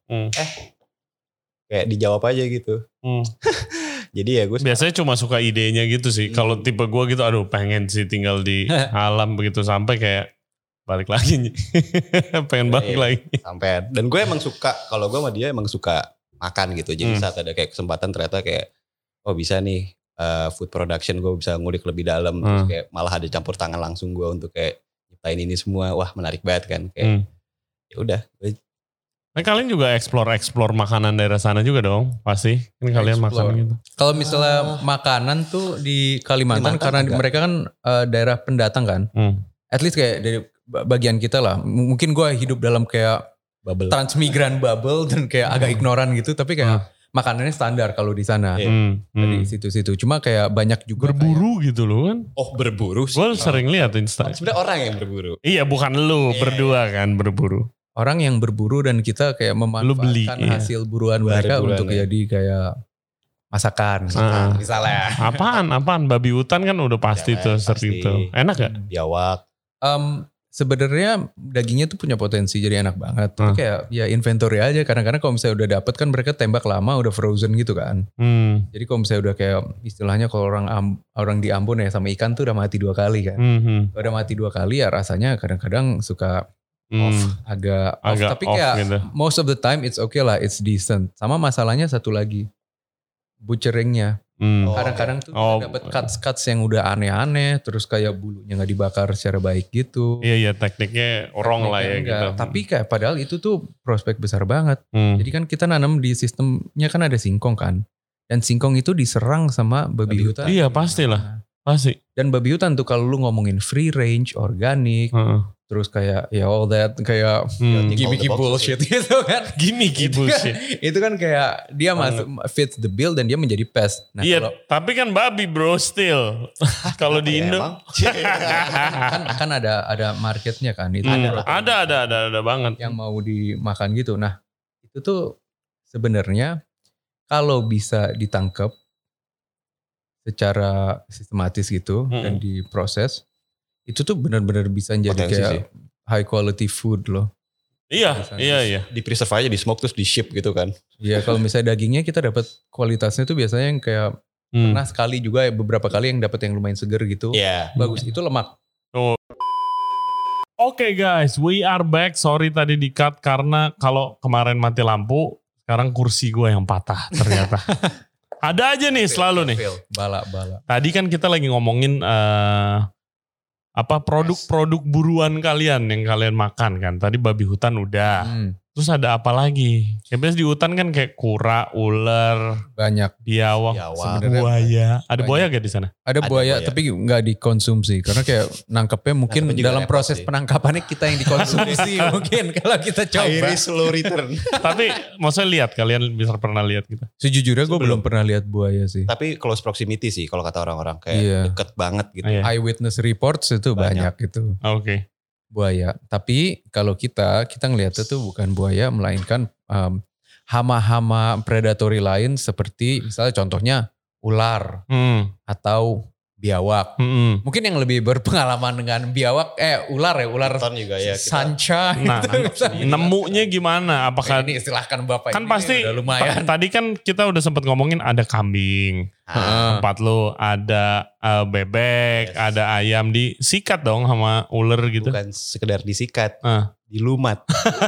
Kayak dijawab aja gitu. Jadi ya gue biasanya cuma suka idenya gitu sih. Kalau tipe gue gitu, aduh pengen sih tinggal di alam begitu, sampai kayak balik lagi. Pengen balik lagi. Sampai. Dan gue emang suka, kalau gue sama dia emang suka makan gitu. Jadi saat ada kayak kesempatan ternyata kayak oh bisa nih food production, gue bisa ngulik lebih dalam. Terus kayak malah ada campur tangan langsung gue untuk kayak nyiptain ini semua. Wah menarik banget kan. Kayak ya udah. Nah, kalian juga explore makanan daerah sana juga dong pasti. Kan kalian makan gitu. Kalau misalnya makanan tuh di Kalimantan karena mereka kan daerah pendatang kan. At least kayak dari bagian kita lah. Mungkin gue hidup dalam kayak bubble. Transmigran bubble dan kayak agak ignoran gitu, tapi kayak makanannya standar kalau di sana. Dari situ-situ. Cuma kayak banyak juga berburu gitu loh kan. Oh berburu sih. Gue sering lihat Instagram. Sebenarnya orang yang berburu. Iya bukan lu berdua kan berburu. Orang yang berburu dan kita kayak memanfaatkan hasil buruan mereka untuk jadi kayak masakan. Misalnya. Apaan? Babi hutan kan udah pasti tuh sering itu. Enak gak? Biawak. Sebenarnya dagingnya tuh punya potensi jadi enak banget. Tapi kayak ya inventory aja. Kadang-kadang kalau misalnya udah dapet kan mereka tembak lama udah frozen gitu kan. Jadi kalau misalnya udah kayak istilahnya kalau orang di Ambon ya sama ikan tuh udah mati 2 kali kan. Udah mati 2 kali ya rasanya kadang-kadang suka agak off. Tapi kayak gitu. Most of the time it's okay lah, it's decent. Sama masalahnya satu lagi, butcheringnya. Kadang-kadang tuh dapat cuts yang udah aneh-aneh, terus kayak bulunya nggak dibakar secara baik gitu. Iya tekniknya wrong lah ya gitu. Tapi kayak padahal itu tuh prospek besar banget. Jadi kan kita nanam di sistemnya kan ada singkong kan, dan singkong itu diserang sama babi hutan. Iya pastilah. Pasti. Dan babi hutan tuh kalau lu ngomongin free range, organik, terus kayak ya all that kayak gimmicky bullshit gitu kan. Gimmicky bullshit. Itu kan kayak dia masuk fits the bill dan dia menjadi pest. Nah, iya, tapi kan babi bro still. Kalau di Indo kan ada marketnya kan itu. Ada banget yang mau dimakan gitu. Nah, itu tuh sebenarnya kalau bisa ditangkap secara sistematis gitu dan diproses, itu tuh benar-benar bisa jadi kayak high quality food loh. Iya. Di preserve aja, di smoke terus di ship gitu kan. Iya, kalau misalnya dagingnya kita dapat kualitasnya tuh biasanya yang kayak pernah sekali juga beberapa kali yang dapat yang lumayan seger gitu. Iya. Bagus, itu lemak. Oke guys, we are back. Sorry tadi di-cut karena kalau kemarin mati lampu, sekarang kursi gue yang patah ternyata. Ada aja nih selalu nih. Bala. Tadi kan kita lagi ngomongin produk-produk buruan kalian yang kalian makan kan. Tadi babi hutan udah. Terus ada apa lagi? Ya biasa di hutan kan kayak kura, ular, banyak, biawak, buaya. Ada buaya gak di sana? Ada buaya tapi nggak dikonsumsi karena kayak nangkepnya mungkin dalam proses penangkapannya kita yang dikonsumsi mungkin kalau kita coba. High risk low return. Tapi maksudnya lihat, kalian bisa pernah lihat gitu? Sejujurnya gue belum pernah lihat buaya sih. Tapi close proximity sih kalau kata orang-orang kayak deket banget gitu. Eyewitness reports itu banyak gitu. Oke. Buaya. Tapi kalau kita ngelihatnya tuh bukan buaya melainkan hama-hama predatory lain seperti misalnya contohnya ular atau biawak. Mungkin yang lebih berpengalaman dengan biawak ular juga ya. Sanca nah, gitu. Nemunya gimana? Apakah ini silahkan Bapak kan ini pasti udah lumayan. Tadi kan kita udah sempat ngomongin ada kambing. Tempat lu ada bebek, ada ayam, disikat dong sama ular gitu. Bukan sekedar disikat, dilumat.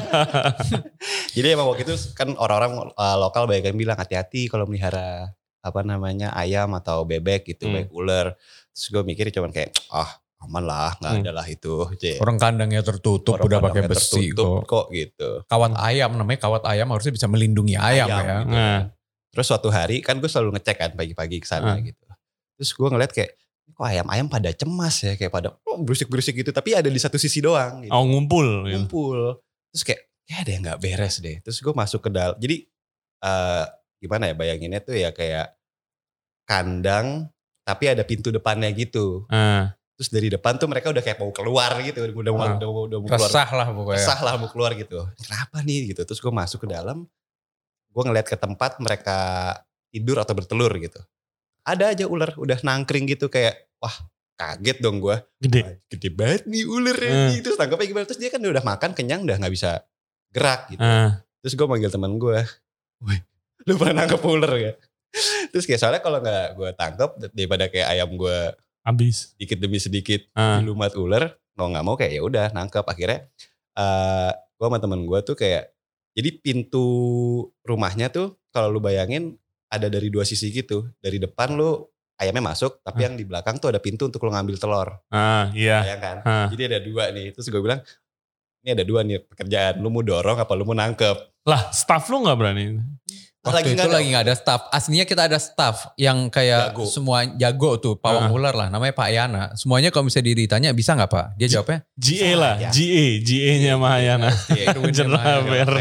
Jadi emang waktu itu kan orang-orang lokal banyak yang bilang hati-hati kalau melihara ayam atau bebek gitu, baik ular. Terus gue mikir cuman kayak aman lah, gak ada lah itu. Orang kandangnya tertutup, udah pakai besi kok gitu. Kawat ayam, namanya kawat ayam harusnya bisa melindungi ayam ya. Gitu kan. Terus suatu hari kan gue selalu ngecek kan pagi-pagi kesana gitu. Terus gue ngeliat kayak kok ayam-ayam pada cemas ya, kayak pada berisik-berisik gitu. Tapi ada di satu sisi doang gitu. Ngumpul. Terus kayak ada yang gak beres deh. Terus gue masuk ke dalam, jadi gimana ya bayanginnya tuh ya kayak kandang tapi ada pintu depannya gitu. Terus dari depan tuh mereka udah kayak mau keluar gitu, udah mau keluar. Resah lah pokoknya. Resah lah mau keluar gitu. Kenapa nih gitu. Terus gue masuk ke dalam, gue ngeliat ke tempat mereka tidur atau bertelur gitu. Ada aja ular udah nangkring gitu kayak wah kaget dong gue. Gede banget nih ularnya nih. Terus tangkapnya gimana. Terus dia kan udah makan kenyang udah gak bisa gerak gitu. Terus gue manggil teman gue. Woi, lu pernah nangkep ular gak? Terus kayak soalnya kalau gak gue tangkep daripada kayak ayam gue habis sedikit demi sedikit dilumat ular, mau gak mau kayak ya udah nangkep. Akhirnya gue sama temen gue tuh kayak, jadi pintu rumahnya tuh kalau lu bayangin ada dari dua sisi gitu. Dari depan lu ayamnya masuk, tapi yang di belakang tuh ada pintu untuk lu ngambil telur. Iya. Bayangkan. Jadi ada dua nih. Terus gue bilang, ini ada dua nih pekerjaan. Lu mau dorong apa lu mau nangkep? Lah staff lu gak berani? Waktu itu lagi gak ada staff. Aslinya kita ada staff yang kayak semua jago tuh. Pawang ular lah. Namanya Pak Yana. Semuanya kalau misalnya ditanya bisa gak Pak? Dia jawabnya. GA lah. GA-nya Mahayana. General Fair.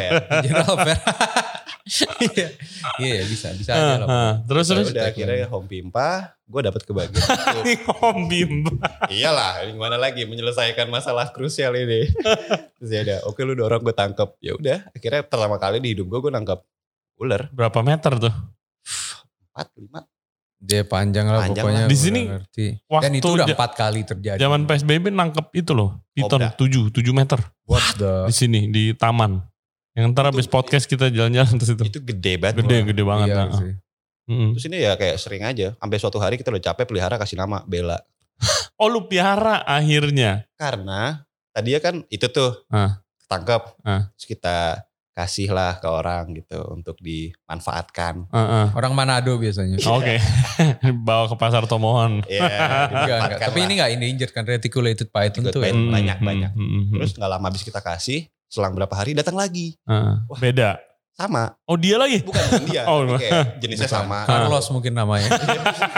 Iya bisa aja lah. Terus udah akhirnya home pimpa. Gue dapet kebagian. Home pimpa. Iyalah. Gimana lagi menyelesaikan masalah krusial ini. Terus ya udah. Oke lu dorong gue tangkep. Ya udah. Akhirnya pertama kali di hidup gue nangkep ular. Berapa meter tuh? 4, 5. Dia panjang lah pokoknya. Di sini dan itu udah 4 kali terjadi. Zaman PSBB nangkep itu loh. Piton 7 meter. Di sini di taman. Yang ntar abis podcast kita jalan-jalan terus itu. Itu gede banget. Gede banget. Iya, terus ini ya kayak sering aja. Sampai suatu hari kita udah capek pelihara kasih nama Bella. Oh lu pelihara akhirnya? Karena tadinya kan itu tuh tangkap. Terus kita kasih lah ke orang gitu untuk dimanfaatkan. Orang Manado biasanya. Oke. Bawa ke pasar Tomohon. Iya. Tapi ini gak endangered kan, reticulated python tuh. Banyak. Terus gak lama habis kita kasih, selang berapa hari datang lagi. Wah, beda. Sama. Oh dia lagi? Bukan dia. Kayak jenisnya sama. Carlos mungkin namanya.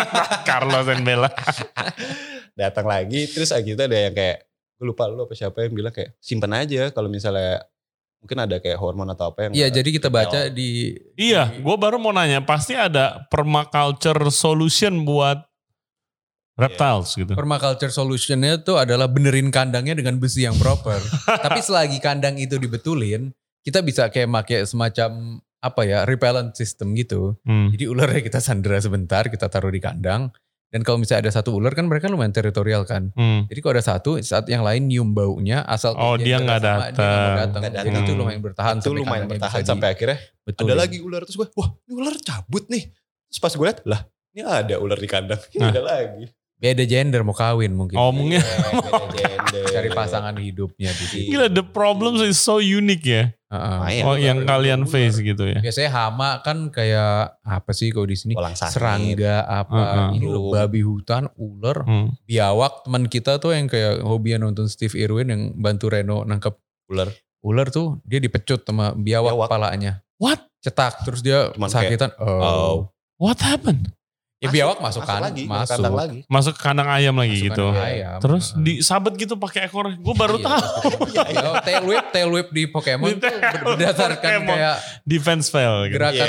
Carlos and Bella. Datang lagi, terus gitu ada yang kayak, gue lupa lu apa siapa yang bilang kayak simpen aja kalau misalnya mungkin ada kayak hormon atau apa yang. Iya, jadi kita baca di. Iya, gue baru mau nanya, pasti ada permaculture solution buat reptiles gitu. Permaculture solutionnya tuh adalah benerin kandangnya dengan besi yang proper. Tapi selagi kandang itu dibetulin, kita bisa kayak pakai semacam apa ya, repellent system gitu. Jadi ularnya kita sandera sebentar, kita taruh di kandang. Dan kalau misalnya ada satu ular kan mereka lumayan teritorial kan. Jadi kalau ada satu, saat yang lain nyium baunya, asal dia nggak datang. Jadi itu lumayan bertahan. Itu lumayan bertahan sampai akhirnya ada lagi ular. Terus gue, wah ini ular cabut nih. Terus pas gue liat, lah ini ada ular di kandang. Ini ada lagi. Beda gender mau kawin mungkin. Mungkin. Beda gender. Cari pasangan hidupnya di sini. Gila, the problems is so unique ya. Yang kalian face gitu ya. Biasanya hama kan kayak apa sih kalau di sini? Serangga apa? Ini loh babi hutan, ular, biawak. Teman kita tuh yang kayak hobinya nonton Steve Irwin yang bantu Reno nangkep ular. Ular tuh dia dipecut sama biawak. Palanya. What? Cetak terus dia sakitan. What happened? Ya biawak masuk masuk ke kandang ayam lagi gitu. Ayam. Terus disabet gitu pakai ekor. Gue baru tahu. Tail whip di Pokemon tuh berdasarkan kayak defense fail gitu. Gerakan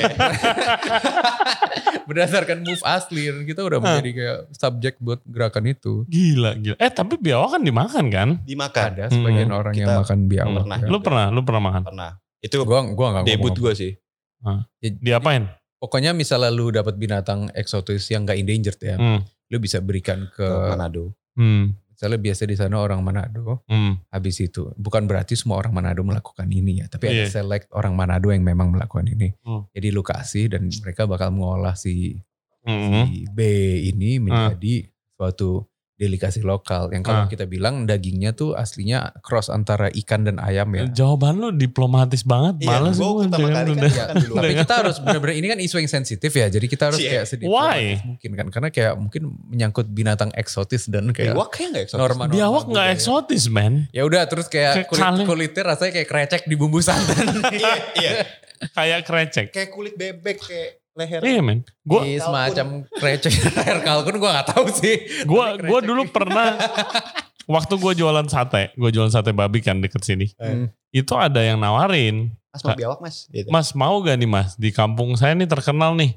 berdasarkan move asli. Kita udah menjadi kayak subjek buat gerakan itu. Gila. Tapi biawak kan dimakan kan? Dimakan. Ada sebagian orang yang makan biawak. Lu pernah makan? Pernah. Itu gua gak debut gue sih. Diapain? Pokoknya misalnya lu dapat binatang eksotis yang gak endangered ya, lu bisa berikan ke Manado. Misalnya biasa di sana orang Manado, habis itu bukan berarti semua orang Manado melakukan ini ya, tapi ada select orang Manado yang memang melakukan ini. Jadi lu kasih dan mereka bakal mengolah si B ini menjadi suatu delikasi lokal yang kalau kita bilang dagingnya tuh aslinya cross antara ikan dan ayam ya. Jawaban lu diplomatis banget, males gue. Tapi kita harus benar-benar, ini kan isu yang sensitif ya, jadi kita harus kayak sedikit mungkin kan, karena kayak mungkin menyangkut binatang eksotis dan kayak norma-norma. Biawak nggak eksotis man. Ya udah terus kayak kulitnya rasanya kayak krecek di bumbu santan. Iya. Kayak krecek. Kayak kulit bebek kayak leher. Iya men. Gue semacam krecek leher kalkun gue gak tahu sih. Gue dulu pernah waktu gue jualan sate babi kan deket sini. Itu ada yang nawarin. Mas mau biawak mas? Gitu. Mas mau gak nih mas? Di kampung saya nih terkenal nih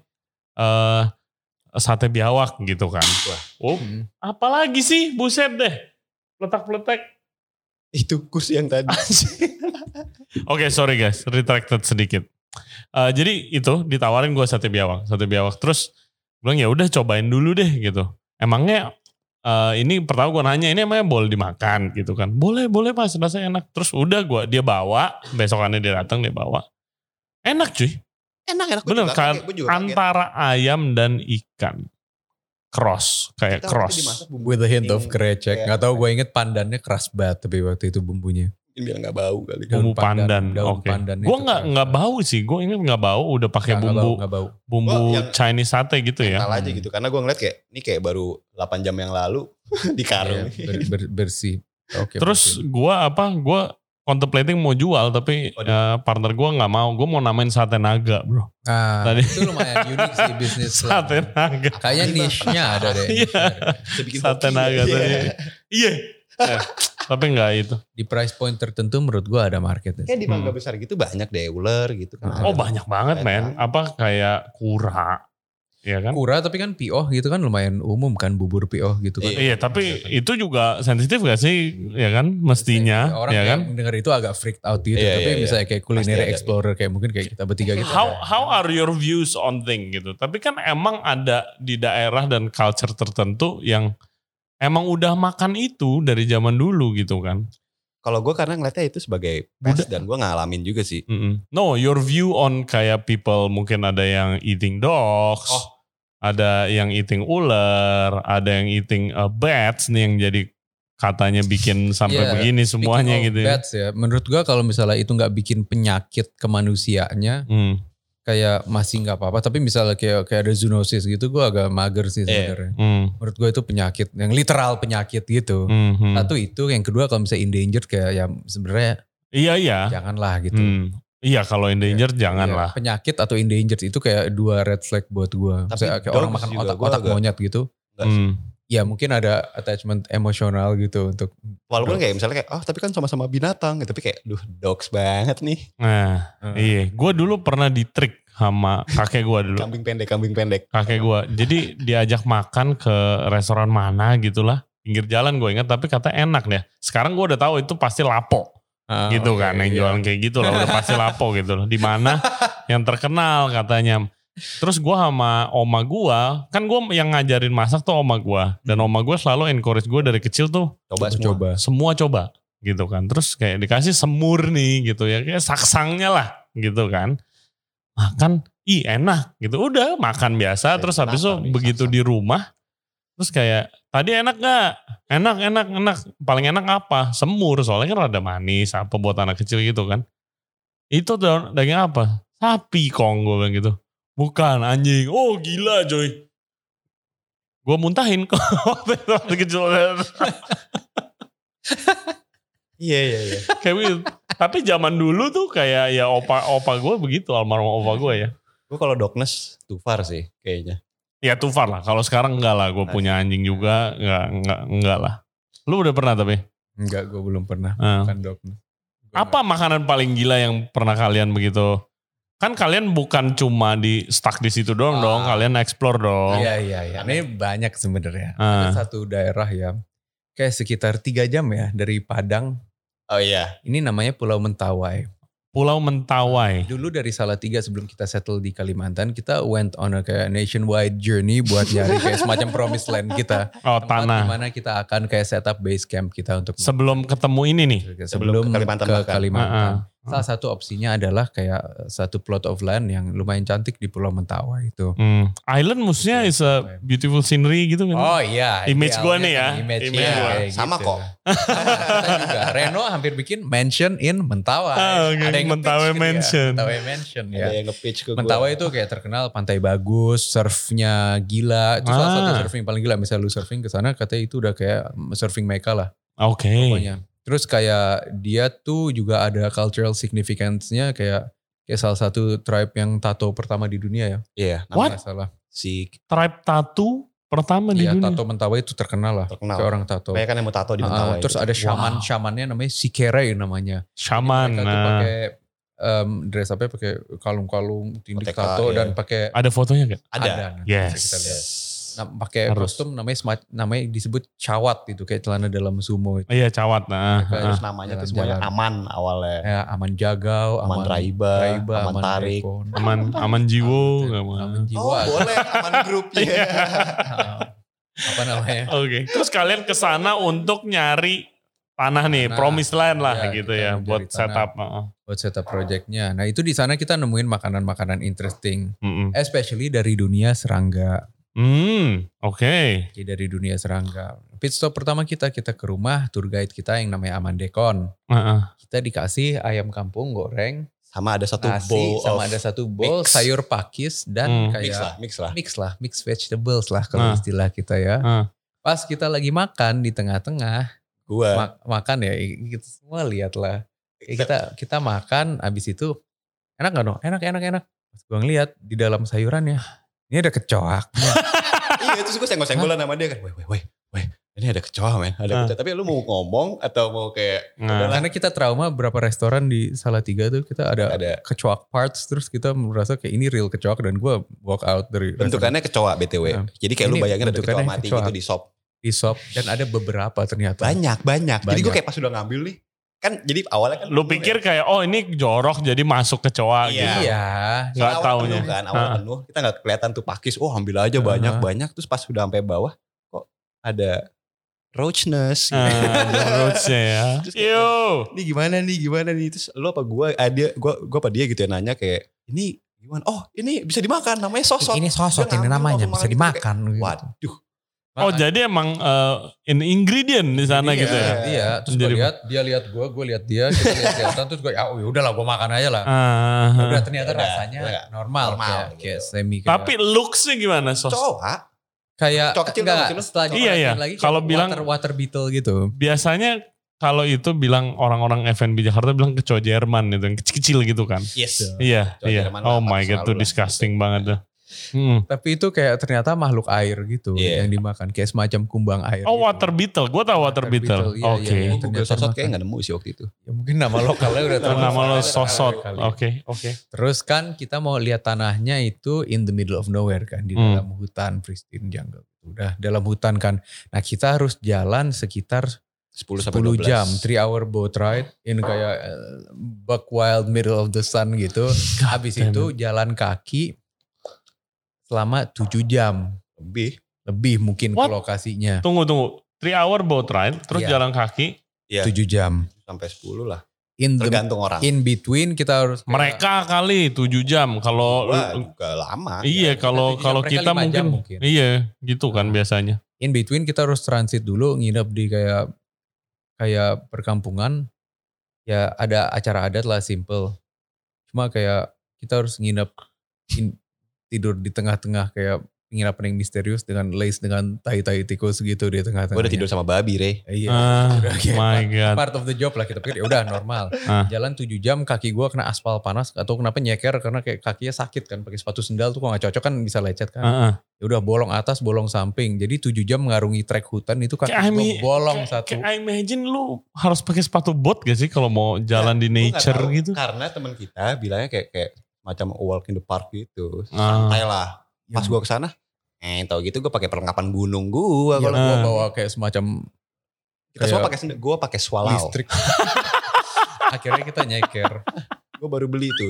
sate biawak gitu kan. Apalagi sih buset deh. Letak-letak. Itu kursi yang tadi. Oke, sorry guys, retracted sedikit. Jadi itu ditawarin gue sate biawak. Terus bilang ya udah cobain dulu deh gitu. Emangnya ini pertama gue nanya ini emangnya boleh dimakan gitu kan? Boleh mas, rasanya enak. Terus udah dia bawa, besokannya dia datang dia bawa. Enak cuy. Enak. Bener kan antara ayam dan ikan. Cross kayak cross. With a hint of krecek. Gak tau, gue inget pandannya keras banget tapi waktu itu bumbunya. Biar nggak bau kali. Bumbu pandan. Oke. Gue nggak bau sih. Gue ingat nggak bau. Udah pakai bumbu Chinese sate gitu ya. Mental aja gitu. Karena gue ngeliat kayak ini kayak baru 8 jam yang lalu di karung. Bersih. Okay, terus gue contemplating mau jual tapi partner gue nggak mau. Gue mau namain sate naga bro. Tadi itu lumayan unik sih bisnis. Sate naga. Kayaknya niche-nya ada deh. Sate naga tadi. Iya. Tapi enggak itu. Di price point tertentu menurut gue ada marketnya. Kayak di mangga besar gitu banyak deh ular gitu kan. Banyak banget men. Apa kayak kura. Iya kan? Kura tapi kan pioh gitu kan lumayan umum kan, bubur pioh gitu kan. Iya tapi itu juga sensitif gak sih? Ya kan mestinya. Orang ya kan? Dengar itu agak freaked out gitu. Tapi misalnya kayak culinary explorer kayak mungkin kayak kita bertiga gitu. How are your views on thing gitu? Tapi kan emang ada di daerah dan culture tertentu yang emang udah makan itu dari zaman dulu gitu kan. Kalau gue karena ngeliatnya itu sebagai pest dan gue ngalamin juga sih. No, your view on kayak people mungkin ada yang eating dogs, ada yang eating ular, ada yang eating bats nih yang jadi katanya bikin sampai begini semuanya gitu ya. Bats ya. Menurut gue kalau misalnya itu nggak bikin penyakit ke manusianya, kayak masih nggak apa-apa. Tapi misalnya kayak ada zoonosis gitu, gue agak mager sih sebenarnya. Menurut gue itu penyakit yang literal penyakit gitu. Satu itu, yang kedua kalau misalnya endangered kayak ya sebenarnya janganlah gitu. Iya kalau endangered janganlah. Penyakit atau endangered itu kayak dua red flag buat gue. Misalnya kayak orang makan otak monyet gitu. Ya mungkin ada attachment emosional gitu untuk. Walaupun kayak misalnya kayak tapi kan sama-sama binatang gitu. Tapi kayak dogs banget nih. Nah iya. Gue dulu pernah di-trick sama kakek gue dulu. Kambing pendek. Kakek gue. Jadi diajak makan ke restoran mana gitulah. Pinggir jalan gue ingat. Tapi kata enak deh. Sekarang gue udah tahu itu pasti lapo. Gitu kan. Yang jualan kayak gitu lah. Udah pasti lapo gitu loh. Di mana yang terkenal katanya. Terus gue sama oma gue, kan gue yang ngajarin masak tuh oma gue. Dan oma gue selalu encourage gue dari kecil tuh. Semua coba gitu kan. Terus kayak dikasih semur nih gitu ya. Kayak saksangnya lah gitu kan. Makan, enak gitu. Udah makan biasa. Terus habis itu begitu di rumah. Terus kayak, tadi enak gak? Enak. Paling enak apa? Semur, soalnya kan rada manis. Apa buat anak kecil gitu kan. Itu daging apa? Sapi kong gue bilang gitu. Bukan anjing. Oh gila coy. Gue muntahin kok waktu kecil. Iya. Kayak gitu. Tapi zaman dulu tuh kayak ya opa gue begitu, almarhum opa gue ya. Gue kalau dognes Tufar sih kayaknya. Ya Tufar lah. Kalau sekarang enggak lah. Gue punya anjing juga. Enggak lah. Lu udah pernah tapi? Enggak, gue belum pernah. Bukan dognes. Apa makanan paling gila yang pernah kalian begitu? Kan kalian bukan cuma stuck di situ doang dong, kalian explore dong. Iya. Ini banyak sebenarnya. Ada satu daerah ya, kayak sekitar 3 jam ya dari Padang. Oh iya. Ini namanya Pulau Mentawai. Pulau Mentawai. Dulu dari Salatiga sebelum kita settle di Kalimantan, kita went on a kayak nationwide journey buat nyari kayak semacam promised land kita. Oh, tanah. Dimana kita akan kayak set up base camp kita untuk. Sebelum ketemu ini nih. Sebelum ke Kalimantan. Salah satu opsinya adalah kayak satu plot of land yang lumayan cantik di Pulau Mentawai itu. Island maksudnya is a beautiful scenery gitu kan? Oh iya. Image gue nih ya. Image gue. Sama gitu. kok. Kita juga. Reno hampir bikin mansion in Mentawai. Ada yang Mentawai Mansion. Mentawai Mansion ya. Ada yang nge-pitch ke gue. Mentawai itu kayak terkenal pantai bagus, surfnya gila. Itu salah satu surfing paling gila. Misalnya lu surfing ke sana katanya itu udah kayak surfing Mecca lah. Oke. Pokoknya. Terus kayak dia tuh juga ada cultural significance-nya kayak salah satu tribe yang tato pertama di dunia ya. Iya. What? Salah. Si tribe tato pertama di dunia. Iya, tato Mentawai itu terkenal lah. Kayak orang tato. Banyak kan yang mau tato di Mentawai. Terus ada shamannya namanya Sikere namanya. Shaman. Mereka tuh pakai dress up-nya pakai kalung-kalung, tindik tato dan pakai. Ada fotonya gak? Ada. Yes. Kita lihat. Nah, pakai kostum namanya disebut cawat itu kayak celana dalam sumo itu. Iya cawat. Terus namanya tuh semuanya Aman awalnya. Ya, Aman Jagau, Aman Raiba, Aman Tarik, Aman Jiwo. Aman Jiwo. Oh boleh Aman Group ya. Apa namanya? Oke. Terus kalian kesana untuk nyari tanah nih, promised land lah gitu ya buat setup. Buat setup projectnya. Nah itu di sana kita nemuin makanan-makanan interesting, especially dari dunia serangga. Oke. Jadi dari dunia serangga. Pit stop pertama kita ke rumah tour guide kita yang namanya Aman Dekon. Kita dikasih ayam kampung goreng. Sama ada satu nasi, bowl. Sama ada satu bowl mix. Sayur pakis dan kayak mix vegetables lah kalau istilah kita ya. Pas kita lagi makan di tengah-tengah. Gua makan ya kita semua lihat lah. Kita makan abis itu enak gak dong? Enak. Pas gue ngeliat di dalam sayurannya. Ini ada kecoak. Iya terus gue senggol-senggolan sama dia kan. Weh. Ini ada kecoak men. Ada kecoak. Tapi lu mau ngomong atau mau kayak. Karena kita trauma beberapa restoran di Salatiga tuh kita ada kecoak parts. Terus kita merasa kayak ini real kecoak. Dan gue walk out dari bentukannya kecoak BTW. Jadi kayak lu bayangin ada kecoak mati gitu di sop. Di sop. Dan ada beberapa ternyata. Banyak. Jadi gue kayak pas udah ngambil nih. Kan jadi awalnya kan lu pikir kayak ini jorok jadi masuk kecoa gitu. Iya. Gak taunya. Awal penuh kita gak kelihatan tuh pakis. Ambil aja banyak. Terus pas udah sampai bawah kok ada roachness. Ada roachnya ya. Terus ini gimana nih. Terus lu apa gue apa dia gitu ya nanya kayak ini gimana. Ini bisa dimakan namanya sosot. Ini sosot ini namanya bisa dimakan. Kayak, waduh. Jadi emang ingredient di sana gitu ya. Iya, terus dia lihat gue lihat dia, kita lihat terus gue udahlah gue makan aja lah. Udah ternyata rasanya normal kayak semi. Tapi looksnya gimana sos? Kayak enggak setelah iya. lagi kalau bilang water beetle gitu. Biasanya kalau itu bilang orang-orang F&B Jakarta bilang kecoa Jerman itu yang kecil-kecil gitu kan. Yes. Iya. Oh my god, itu disgusting banget tuh. Tapi itu kayak ternyata makhluk air gitu yang dimakan. Kayak semacam kumbang air. Oh gitu. water beetle, gue tahu water beetle. Oke. Google sosot kayak gak nemu sih waktu itu. Ya mungkin nama lokalnya udah terlalu. Nama lo sosot. Oke. Terus kan kita mau lihat tanahnya itu in the middle of nowhere kan. Di dalam hutan, pristine jungle. Udah dalam hutan kan. Nah kita harus jalan sekitar 10 jam, 3-hour boat ride in kayak buck wild middle of the sun gitu. Habis itu jalan kaki selama 7 jam. Lebih mungkin ke lokasinya. Tunggu. 3-hour boat ride, terus jalan kaki. 7 jam. Sampai 10 lah. Tergantung orang. In between kita harus. Mereka kali 7 jam. Kalau juga lama. Iya, kalau kita mungkin. Iya, gitu kan biasanya. In between kita harus transit dulu, nginep di kayak perkampungan, ya ada acara adat lah simple. Cuma kayak kita harus nginep tidur di tengah-tengah kayak penginapan yang misterius dengan lace dengan tai-tai tikus gitu di tengah-tengah. Gue udah tidur sama babi, Rey. Iya. My God. Part of the job lah kita pikir. Ya udah normal. Jalan 7 jam kaki gue kena aspal panas atau kenapa nyeker karena kayak kakinya sakit kan pakai sepatu sendal tuh kok nggak cocok kan bisa lecet kan. Ya udah bolong atas bolong samping. Jadi 7 jam mengarungi trek hutan itu kaki gue bolong satu. I imagine lu harus pakai sepatu bot gak sih kalau mau jalan di nature gitu? Karena teman kita bilangnya kayak macam walk in the park gitu. Santai lah. Pas gue kesana, tau gitu gue pakai perlengkapan gunung gue. Kalau gue bawa kayak semacam kita semua pakai gue pakai swallow. Listrik. Akhirnya kita nyeker. Gue baru beli tuh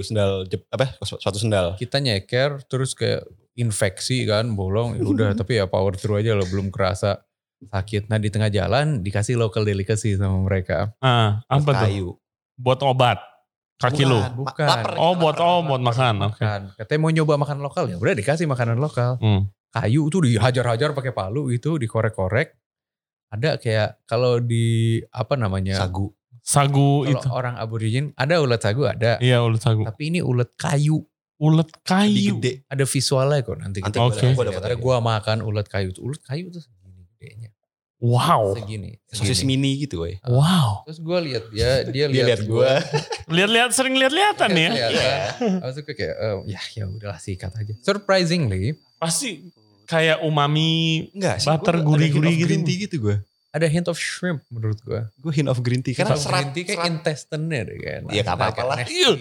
suatu sendal. Kita nyeker terus kayak infeksi kan bolong. Ya udah tapi ya power through aja loh belum kerasa sakit. Nah di tengah jalan dikasih local delicacy sama mereka. Apa tuh? Buat obat. Kaki lu? Bukan. Buat makan. Oke. Katanya mau nyoba makan lokal ya udah dikasih makanan lokal. Kayu tuh dihajar-hajar pakai palu itu dikorek-korek. Ada kayak kalau di apa namanya? Sagu itu. Kalau orang aborigin ada ulet sagu ada. Iya ulet sagu. Tapi ini ulet kayu. Ulet kayu. Gede. Ada visualnya kok nanti. Oke. Gue makan ulet kayu. Ulet kayu tuh segini gedenya. Wow. Segini. Sosis mini gitu woy. Wow. Terus gue lihat dia lihat gue. Sering lihat-lihatan ya. Terus kayak ya udahlah sikat aja. Surprisingly. Pasti kayak umami butter gurih-gurih gitu. Green tea gitu gue. Ada hint of shrimp menurut gue. Gue hint of green tea. Karena green tea kayak intestine-nya deh kan. Iya gak apa-apa lah.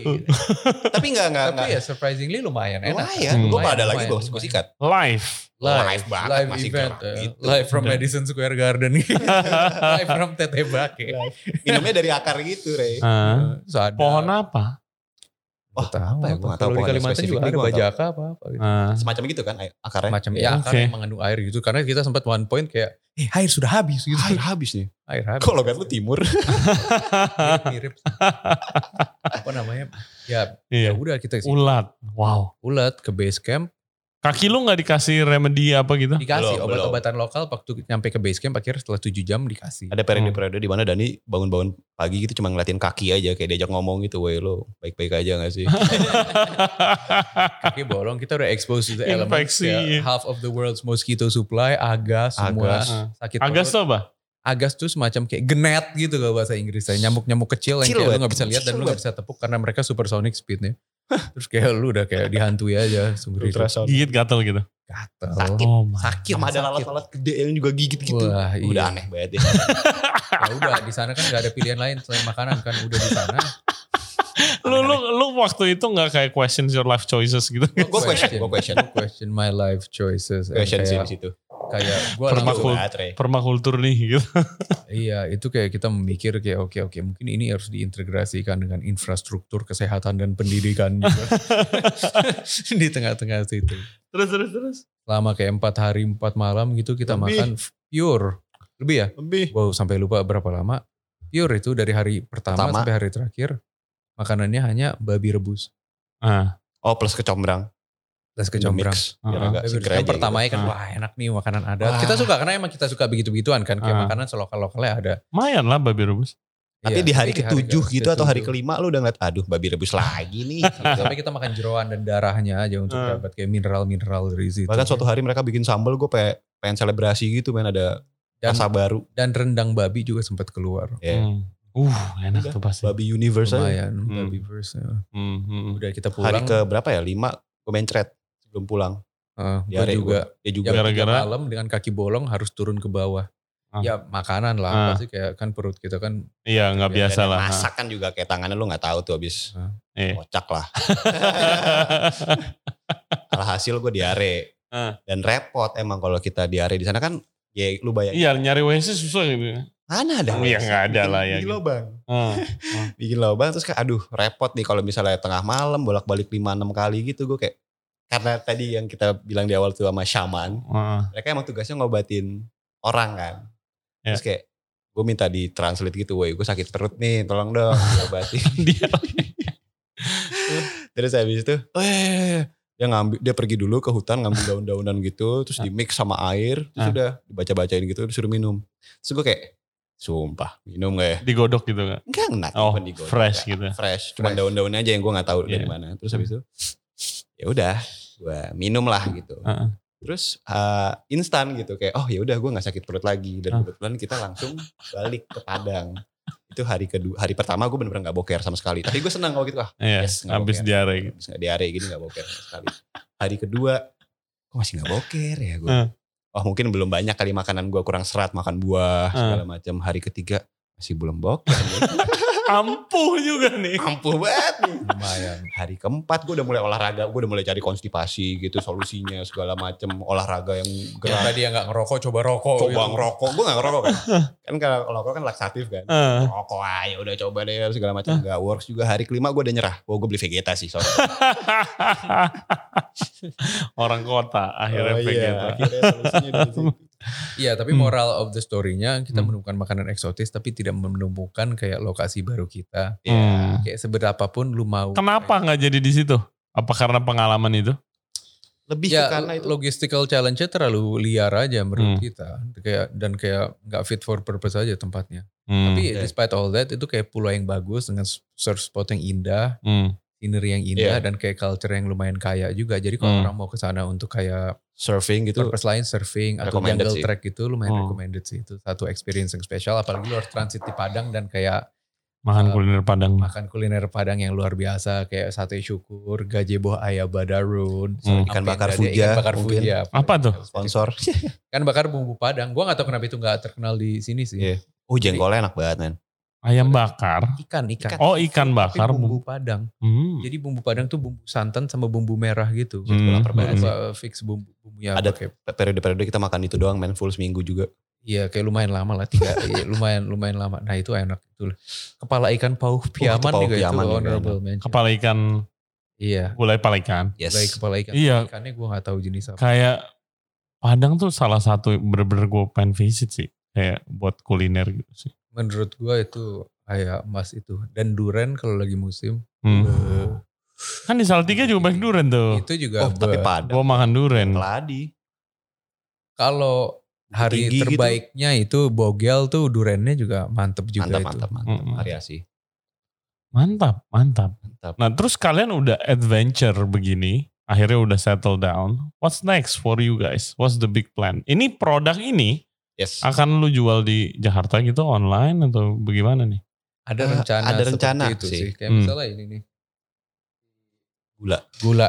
Tapi gak. Tapi ya surprisingly lumayan enak. Gue ada lagi gue sikat. Live banget masih event. Gitu. Live from Madison Square Garden. Live from Tete Bake. Minumnya dari akar gitu Rey. Pohon apa? Wah apa ya? Kalau di Kalimantan juga ada bajaka apa-apa gitu. Semacam gitu kan akarnya? Semacam akarnya mengandung air gitu. Karena kita sempat one point kayak air sudah habis gitu. Air habis nih? Air habis. Kok logat lu timur? Mirip. Apa namanya? Ya udah kita sih. Ulat. Wow. Ulat ke base camp. Kaki lu gak dikasih remedi apa gitu? Dikasih obat-obatan lokal waktu nyampe ke base camp akhirnya setelah 7 jam dikasih. Ada periode di mana Dani bangun-bangun pagi gitu cuma ngeliatin kaki aja kayak diajak ngomong gitu. Woi lo baik-baik aja gak sih? Kaki bolong kita udah expose to the elements. Ya, half of the world's mosquito supply, agas semua sakit. Agas tuh apa? Agas tuh semacam kayak genet gitu kalau bahasa Inggrisnya. Nyamuk-nyamuk kecil yang kayak lu gak bisa lihat dan lu gak bisa tepuk karena mereka supersonic speednya. Terus kayak lu udah kayak dihantui aja sumber hidup. Gigit gatel gitu. Gatel. Sakit. Sama ada lalat-lalat gede yang juga gigit gitu. Wah, udah aneh banget ya. Ya udah di sana kan gak ada pilihan lain selain makanan kan udah di sana. Lu waktu itu gak kayak question your life choices gitu? Gue question my life choices. Question sih di situ. Kayak gue permakultur nih gitu. Iya itu kayak kita memikir kayak oke mungkin ini harus diintegrasikan dengan infrastruktur kesehatan dan pendidikan juga. Di tengah-tengah situ. Terus. Selama kayak 4 hari 4 malam gitu kita makan pure. Lebih ya? Lebih. Wow sampai lupa berapa lama. Pure itu dari hari pertama sampai hari terakhir. Makanannya hanya babi rebus. Plus kecombrang. Plus kecombrang. Yang pertamanya kan wah enak nih makanan adat. Kita suka karena emang kita suka begitu-begituan kan. Kayak makanan selokal-lokalnya ada. Lumayan lah babi rebus. Tapi di hari ke-7 gitu atau hari ke-5 lu udah ngeliat aduh babi rebus lagi nih. Sampai kita makan jeroan dan darahnya aja untuk dapat kayak mineral-mineral dari situ. Bahkan suatu hari mereka bikin sambal gue pengen selebrasi gitu men ada rasa baru. Dan rendang babi juga sempat keluar. Enak tuh pasti. Babi universe lumayan, babi verse. Udah kita pulang. Hari ke berapa ya? 5 gue mencret. belum pulang. Gue juga. Dia juga. Gara-gara malam dengan kaki bolong harus turun ke bawah. Ya makanan lah, pasti kayak kan perut kita kan. Iya nggak biasa lah. Masak kan juga kayak tangannya lu nggak tahu tuh habis kocak lah. Alhasil gue diare. Dan repot emang kalau kita diare di sana kan, ya lu bayangin. Iya nyari WC susah gitu. Mana ada? Iya nggak ada lah ya. Bikin lubang. Bikin lubang terus kayak aduh repot nih kalau misalnya tengah malam bolak-balik 5-6 kali gitu gue kayak. Karena tadi yang kita bilang di awal tuh sama shaman. Mereka emang tugasnya ngobatin orang kan. Terus kayak gue minta ditranslate gitu, woi gue sakit perut nih tolong dong diobatin. Terus habis itu dia pergi dulu ke hutan ngambil daun-daunan gitu, terus di mix sama air, terus udah dibaca-bacain gitu, disuruh minum. Terus gue kayak, sumpah minum gak ya? Digodok gitu gak? Enggak, bukan digodok. Fresh gitu. Fresh, cuma daun-daunnya aja yang gue gak tahu dari mana. Terus habis itu, ya udah, gue minum lah gitu. Terus instan gitu, kayak oh ya udah gue gak sakit perut lagi. Dan kebetulan kita langsung balik ke Padang. Itu hari pertama gue bener-bener gak boker sama sekali. Tapi gue senang kalau gitu habis diare. Habis diare gini gak boker sama sekali. Hari kedua, kok masih gak boker ya gue. Oh mungkin belum banyak kali makanan gue kurang serat, makan buah segala macam. Hari ketiga masih belum boker. Ampuh juga nih. Ampuh banget nih. Lumayan. Hari keempat gue udah mulai olahraga, gue udah mulai cari konstipasi gitu, solusinya segala macem, olahraga yang gerak. Tadi yang gak ngerokok, coba rokok. Coba gitu. Ngerokok, gue gak ngerokok kan. Kan kalau ngerokok kan laksatif kan. Ngerokok aja udah coba deh segala macam. Gak works juga. Hari kelima gue udah nyerah. Gue beli Vegeta sih soalnya. Orang kota akhirnya Vegeta. Akhirnya solusinya dari situ. Iya, tapi moral of the story-nya kita menemukan makanan eksotis tapi tidak menemukan kayak lokasi baru kita. Kayak seberapapun lu mau. Kenapa nggak jadi di situ? Apa karena pengalaman itu? Lebih karena itu logistical challenge-nya terlalu liar aja menurut kita. Kayak nggak fit for purpose aja tempatnya. Tapi despite all that itu kayak pulau yang bagus dengan surf spot yang indah, scenery yang indah dan kayak culture yang lumayan kaya juga. Jadi kalau orang mau ke sana untuk kayak surfing gitu, purpose lain surfing atau jungle trek gitu lumayan recommended sih. Itu satu experience yang spesial. Apalagi lu harus transit di Padang dan kayak makan kuliner Padang. Makan kuliner Padang yang luar biasa kayak sate syukur, gajebo ayam badarun, ikan bakar Fuja. Apa tuh? Sponsor. Kan bakar bumbu Padang. Gua gak tahu kenapa itu gak terkenal di sini sih. Oh jengkolnya enak banget men. Ayam bakar? Ikan. Oh ikan bakar. Bumbu Padang. Jadi bumbu Padang tuh bumbu santan sama bumbu merah gitu. Fix bumbunya. Ada periode-periode kita makan itu doang men, full seminggu juga. Iya kayak lumayan lama lah. Lumayan lama. Nah itu enak. Itu. Kepala ikan pauh piaman juga itu honorable mention. Kepala ikan. Iya. Gulai kepala ikan. Gulai kepala ikan. Iya. Ikannya gue gak tahu jenis apa. Kayak Padang tuh salah satu bener-bener gue pengen visit sih. Kayak buat kuliner gitu sih. Menurut gue itu kayak emas itu. Dan durian kalau lagi musim. Kan di Salatiga juga banyak durian tuh. Itu juga. Tapi Padang. Gue makan durian. Keladi. Kalau hari terbaiknya gitu. Itu Bogel tuh duriannya juga mantep juga. Mantap. Variasi. Mantap. Nah terus kalian udah adventure begini. Akhirnya udah settle down. What's next for you guys? What's the big plan? Ini produk ini. Akan lu jual di Jakarta gitu online atau bagaimana nih? Ada rencana itu sih. Kayak misalnya ini nih. Gula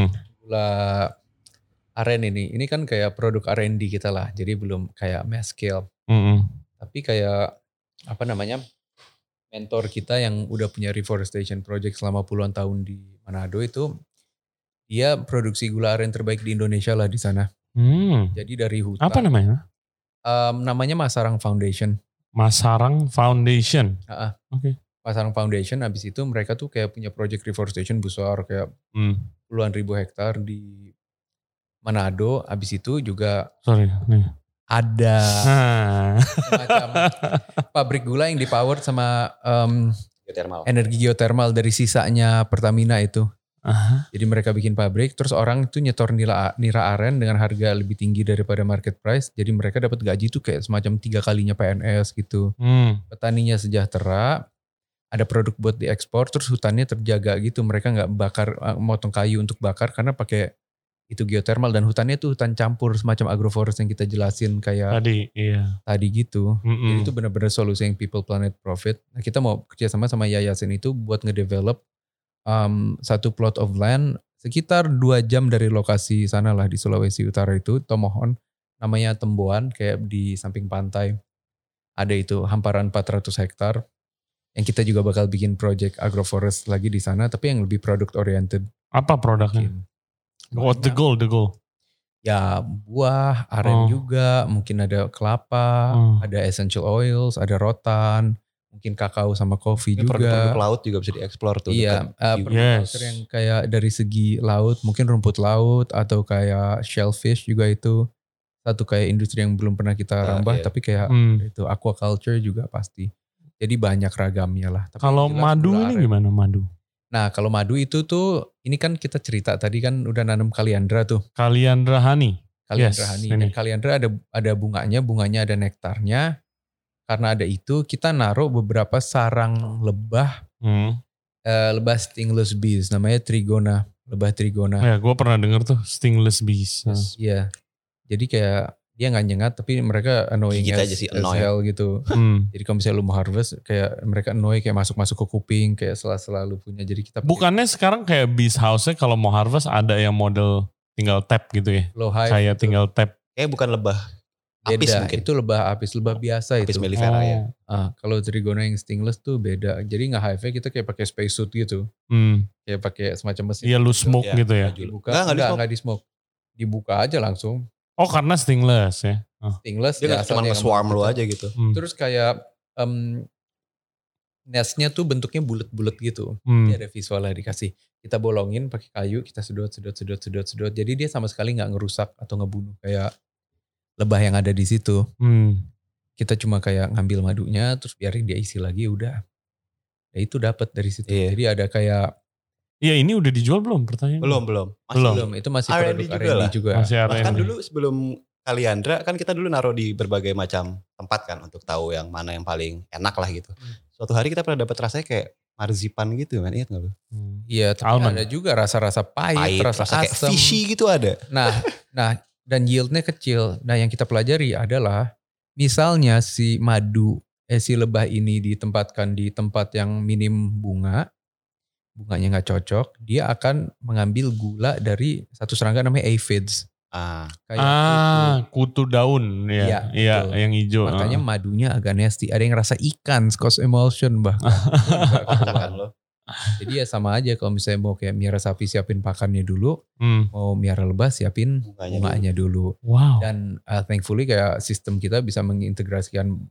aren ini. Ini kan kayak produk R&D kita lah. Jadi belum kayak mass scale. Tapi kayak apa namanya? Mentor kita yang udah punya reforestation project selama puluhan tahun di Manado itu. Dia produksi gula aren terbaik di Indonesia lah di sana. Jadi dari hutan. Apa namanya? Namanya Masarang Foundation. Masarang Foundation. Oke. Masarang Foundation habis itu mereka tuh kayak punya project reforestation besar kayak puluhan ribu hektar di Manado. Habis itu juga ada semacam pabrik gula yang dipower sama energi geothermal dari sisanya Pertamina itu. Jadi mereka bikin pabrik, terus orang itu nyetor nira aren dengan harga lebih tinggi daripada market price. Jadi mereka dapat gaji tuh kayak semacam 3 kalinya PNS gitu. Petaninya sejahtera, ada produk buat diekspor, terus hutannya terjaga gitu. Mereka nggak motong kayu untuk bakar karena pakai itu geothermal dan hutannya tuh hutan campur semacam agroforest yang kita jelasin kayak tadi gitu. Jadi itu benar-benar solusi yang people planet profit. Nah kita mau kerjasama sama yayasan itu buat ngedevelop satu plot of land sekitar 2 jam dari lokasi sana lah di Sulawesi Utara itu, Tomohon, namanya Temboan, kayak di samping pantai. Ada itu hamparan 400 hektar. Yang kita juga bakal bikin project agroforest lagi di sana, tapi yang lebih product oriented. Apa produknya? What the goal? Ya buah, aren juga, mungkin ada kelapa, ada essential oils, ada rotan, mungkin kakao sama kopi juga. Produk-produk laut juga bisa dieksplor tuh. Iya, produk yang kayak dari segi laut, mungkin rumput laut atau kayak shellfish juga itu. Satu kayak industri yang belum pernah kita rambah, tapi kayak itu aquaculture juga pasti. Jadi banyak ragamnya lah. Kalau madu ini gimana madu? Nah kalau madu itu tuh, ini kan kita cerita tadi kan udah nanam kaliandra tuh. Kaliandra honey. Kaliandra honey. Dan kaliandra ada bunganya ada nektarnya. Karena ada itu kita naruh beberapa sarang lebah. Lebah stingless bees, namanya trigona. Lebah trigona. Ya gue pernah denger tuh stingless bees. Iya. Jadi kayak dia gak nyengat tapi mereka annoying as hell gitu. Jadi kalau misalnya lu mau harvest kayak mereka annoy kayak masuk-masuk ke kuping kayak selalu punya. Jadi kita bukannya sekarang kayak bees house-nya kalau mau harvest ada yang model tinggal tap gitu ya? Low hive kayak gitu. Tinggal tap. Bukan lebah apis mungkin. Itu lebah apis, lebah biasa apis itu. mellifera ya. Kalau trigona yang stingless tuh beda. Jadi nge-hive kita kayak pakai space suit gitu. Kayak pakai semacam mesin. Iya lu smoke gitu ya? Enggak di smoke. Dibuka aja langsung. Oh karena stingless ya? Stingless dia cuma nge-swarm lu aja gitu. Terus kayak nestnya tuh bentuknya bulat-bulat gitu. Jadi ada visualnya dikasih. Kita bolongin pakai kayu, kita sedot. Jadi dia sama sekali nggak ngerusak atau ngebunuh kayak lebah yang ada di situ. Kita cuma kayak ngambil madunya, terus biarin dia isi lagi, udah. Ya itu dapat dari situ. Jadi ada kayak. Iya ini udah dijual belum pertanyaan? Belum. Belum. Itu masih produk R&D juga. Masih R&D. Bahkan dulu sebelum Kaliandra kan kita dulu naruh di berbagai macam tempat kan untuk tahu yang mana yang paling enak lah gitu. Suatu hari kita pernah dapat rasanya kayak marzipan gitu kan, ingat gak lu? Iya, tapi ada juga rasa-rasa pahit, rasa kayak asam. fishy gitu ada. Nah, dan yieldnya kecil. Nah yang kita pelajari adalah misalnya si lebah ini ditempatkan di tempat yang minim bunganya gak cocok, dia akan mengambil gula dari satu serangga namanya aphids. Kutu daun ya. Iya, yang hijau. Makanya madunya agak nasty. Ada yang rasa ikan, Scotch emulsion bahkan. Jadi ya sama aja kalau misalnya mau kayak miara sapi siapin pakannya dulu, mau miara lebah siapin bunganya dulu. Wow. Dan thankfully kayak sistem kita bisa mengintegrasikan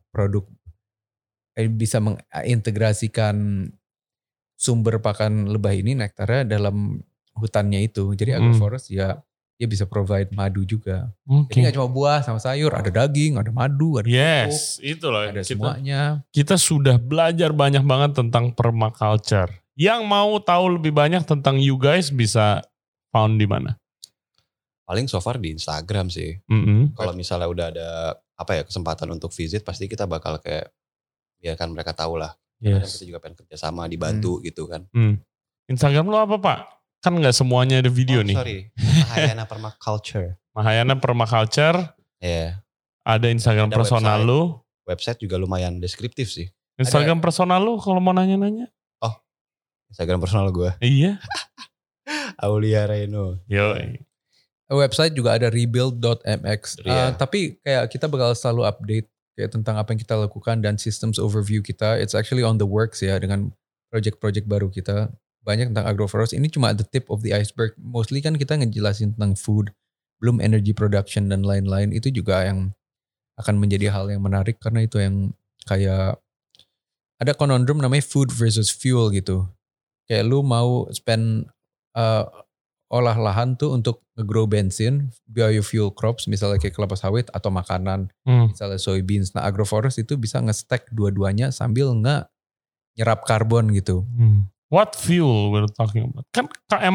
bisa mengintegrasikan sumber pakan lebah ini nektarnya dalam hutannya itu. Jadi agroforest ya dia bisa provide madu juga. Jadi gak cuma buah sama sayur, ada daging, ada madu, ada pupuk, itu loh. Ada semuanya. Kita sudah belajar banyak banget tentang permaculture. Yang mau tahu lebih banyak tentang you guys bisa found di mana? Paling so far di Instagram sih. Kalau misalnya udah ada kesempatan untuk visit pasti kita bakal kayak biarkan mereka tahu lah. Karena kita juga pengen kerjasama dibantu gitu kan. Instagram lo apa Pak? Kan gak semuanya ada video nih. Sorry, Mahayana Permaculture. Mahayana Permaculture. Iya. Ada Instagram ada personal lu. Website juga lumayan deskriptif sih. Instagram personal lu kalau mau nanya-nanya. Oh, Instagram personal gue. Iya. Aulia Reno. Yo. Website juga ada rebuild.mx. Tapi kayak kita bakal selalu update kayak tentang apa yang kita lakukan dan systems overview kita. It's actually on the works ya dengan project-project baru kita. Banyak tentang agroforest. Ini cuma the tip of the iceberg. Mostly kan kita ngejelasin tentang food, belum energy production dan lain-lain. Itu juga yang akan menjadi hal yang menarik karena itu yang kayak ada conundrum namanya food versus fuel gitu. Kayak lu mau spend olah lahan tuh untuk nge-grow bensin, biofuel crops misalnya kayak kelapa sawit atau makanan, misalnya soybeans. Nah agroforest itu bisa nge-stack dua-duanya sambil nyerap karbon gitu. What fuel we're talking about? Kan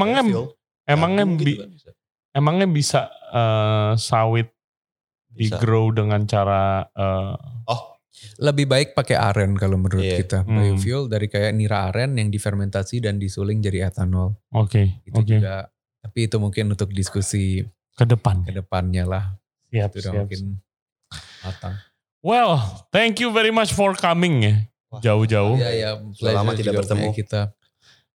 emangnya bisa sawit di-grow dengan cara lebih baik pakai aren kalau menurut kita. Biofuel dari kayak nira aren yang difermentasi dan disuling jadi etanol. Itu juga, tapi itu mungkin untuk diskusi kedepannya lah. Siap. Mungkin matang. Well, thank you very much for coming ya. Jauh-jauh. Iya, lama tidak bertemu kita.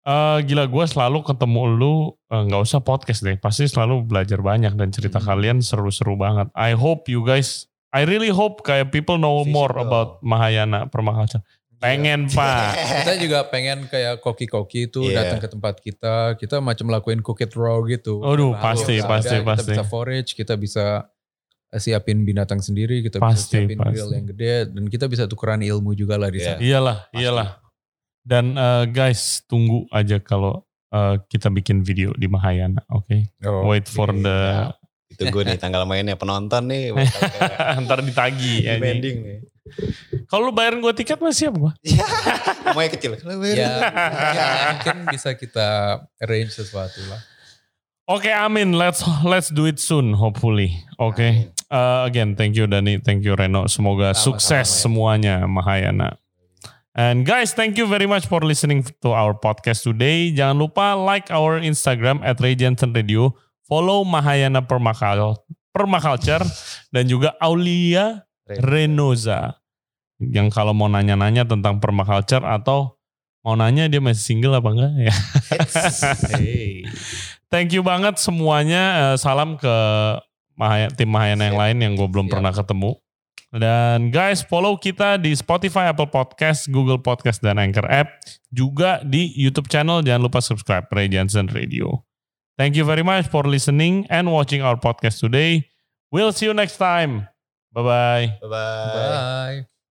Gila, gue selalu ketemu lu, gak usah podcast deh, pasti selalu belajar banyak dan cerita kalian seru-seru banget. I really hope kayak people know more about Mahayana Permaculture. Pengen Pak. Kita juga pengen kayak koki-koki itu datang ke tempat kita macam lakuin cook it raw gitu. Aduh pasti. Kita bisa forage, kita bisa siapin binatang sendiri, kita bisa siapin grill yang gede, dan kita bisa tukeran ilmu juga lah di sana. Iyalah. Dan guys, tunggu aja kalau kita bikin video di Mahayana, oke? Wait for the... Itu gue nih tanggal mainnya penonton nih. Ntar ditagi. Dibanding nih. Kalau lu bayarin gue tiket mah siap gue. Mau yang kecil. Mungkin bisa kita arrange sesuatu lah. Oke, amin. Let's do it soon, hopefully. Oke. Again, thank you Dani, thank you Reno. Semoga sukses semuanya Mahayana. And guys, thank you very much for listening to our podcast today. Jangan lupa like our Instagram @RayJensenRadio, follow Mahayana Permaculture dan juga Aulia Renoza. Yang kalau mau nanya-nanya tentang permaculture atau mau nanya dia masih single apa enggak ya. Thank you banget semuanya. Salam ke tim Mahayana yang lain yang gue belum pernah ketemu. Dan guys, follow kita di Spotify, Apple Podcast, Google Podcast, dan Anchor App. Juga di YouTube channel, jangan lupa subscribe Ray Jensen Radio. Thank you very much for listening and watching our podcast today. We'll see you next time. Bye-bye. Bye-bye. Bye.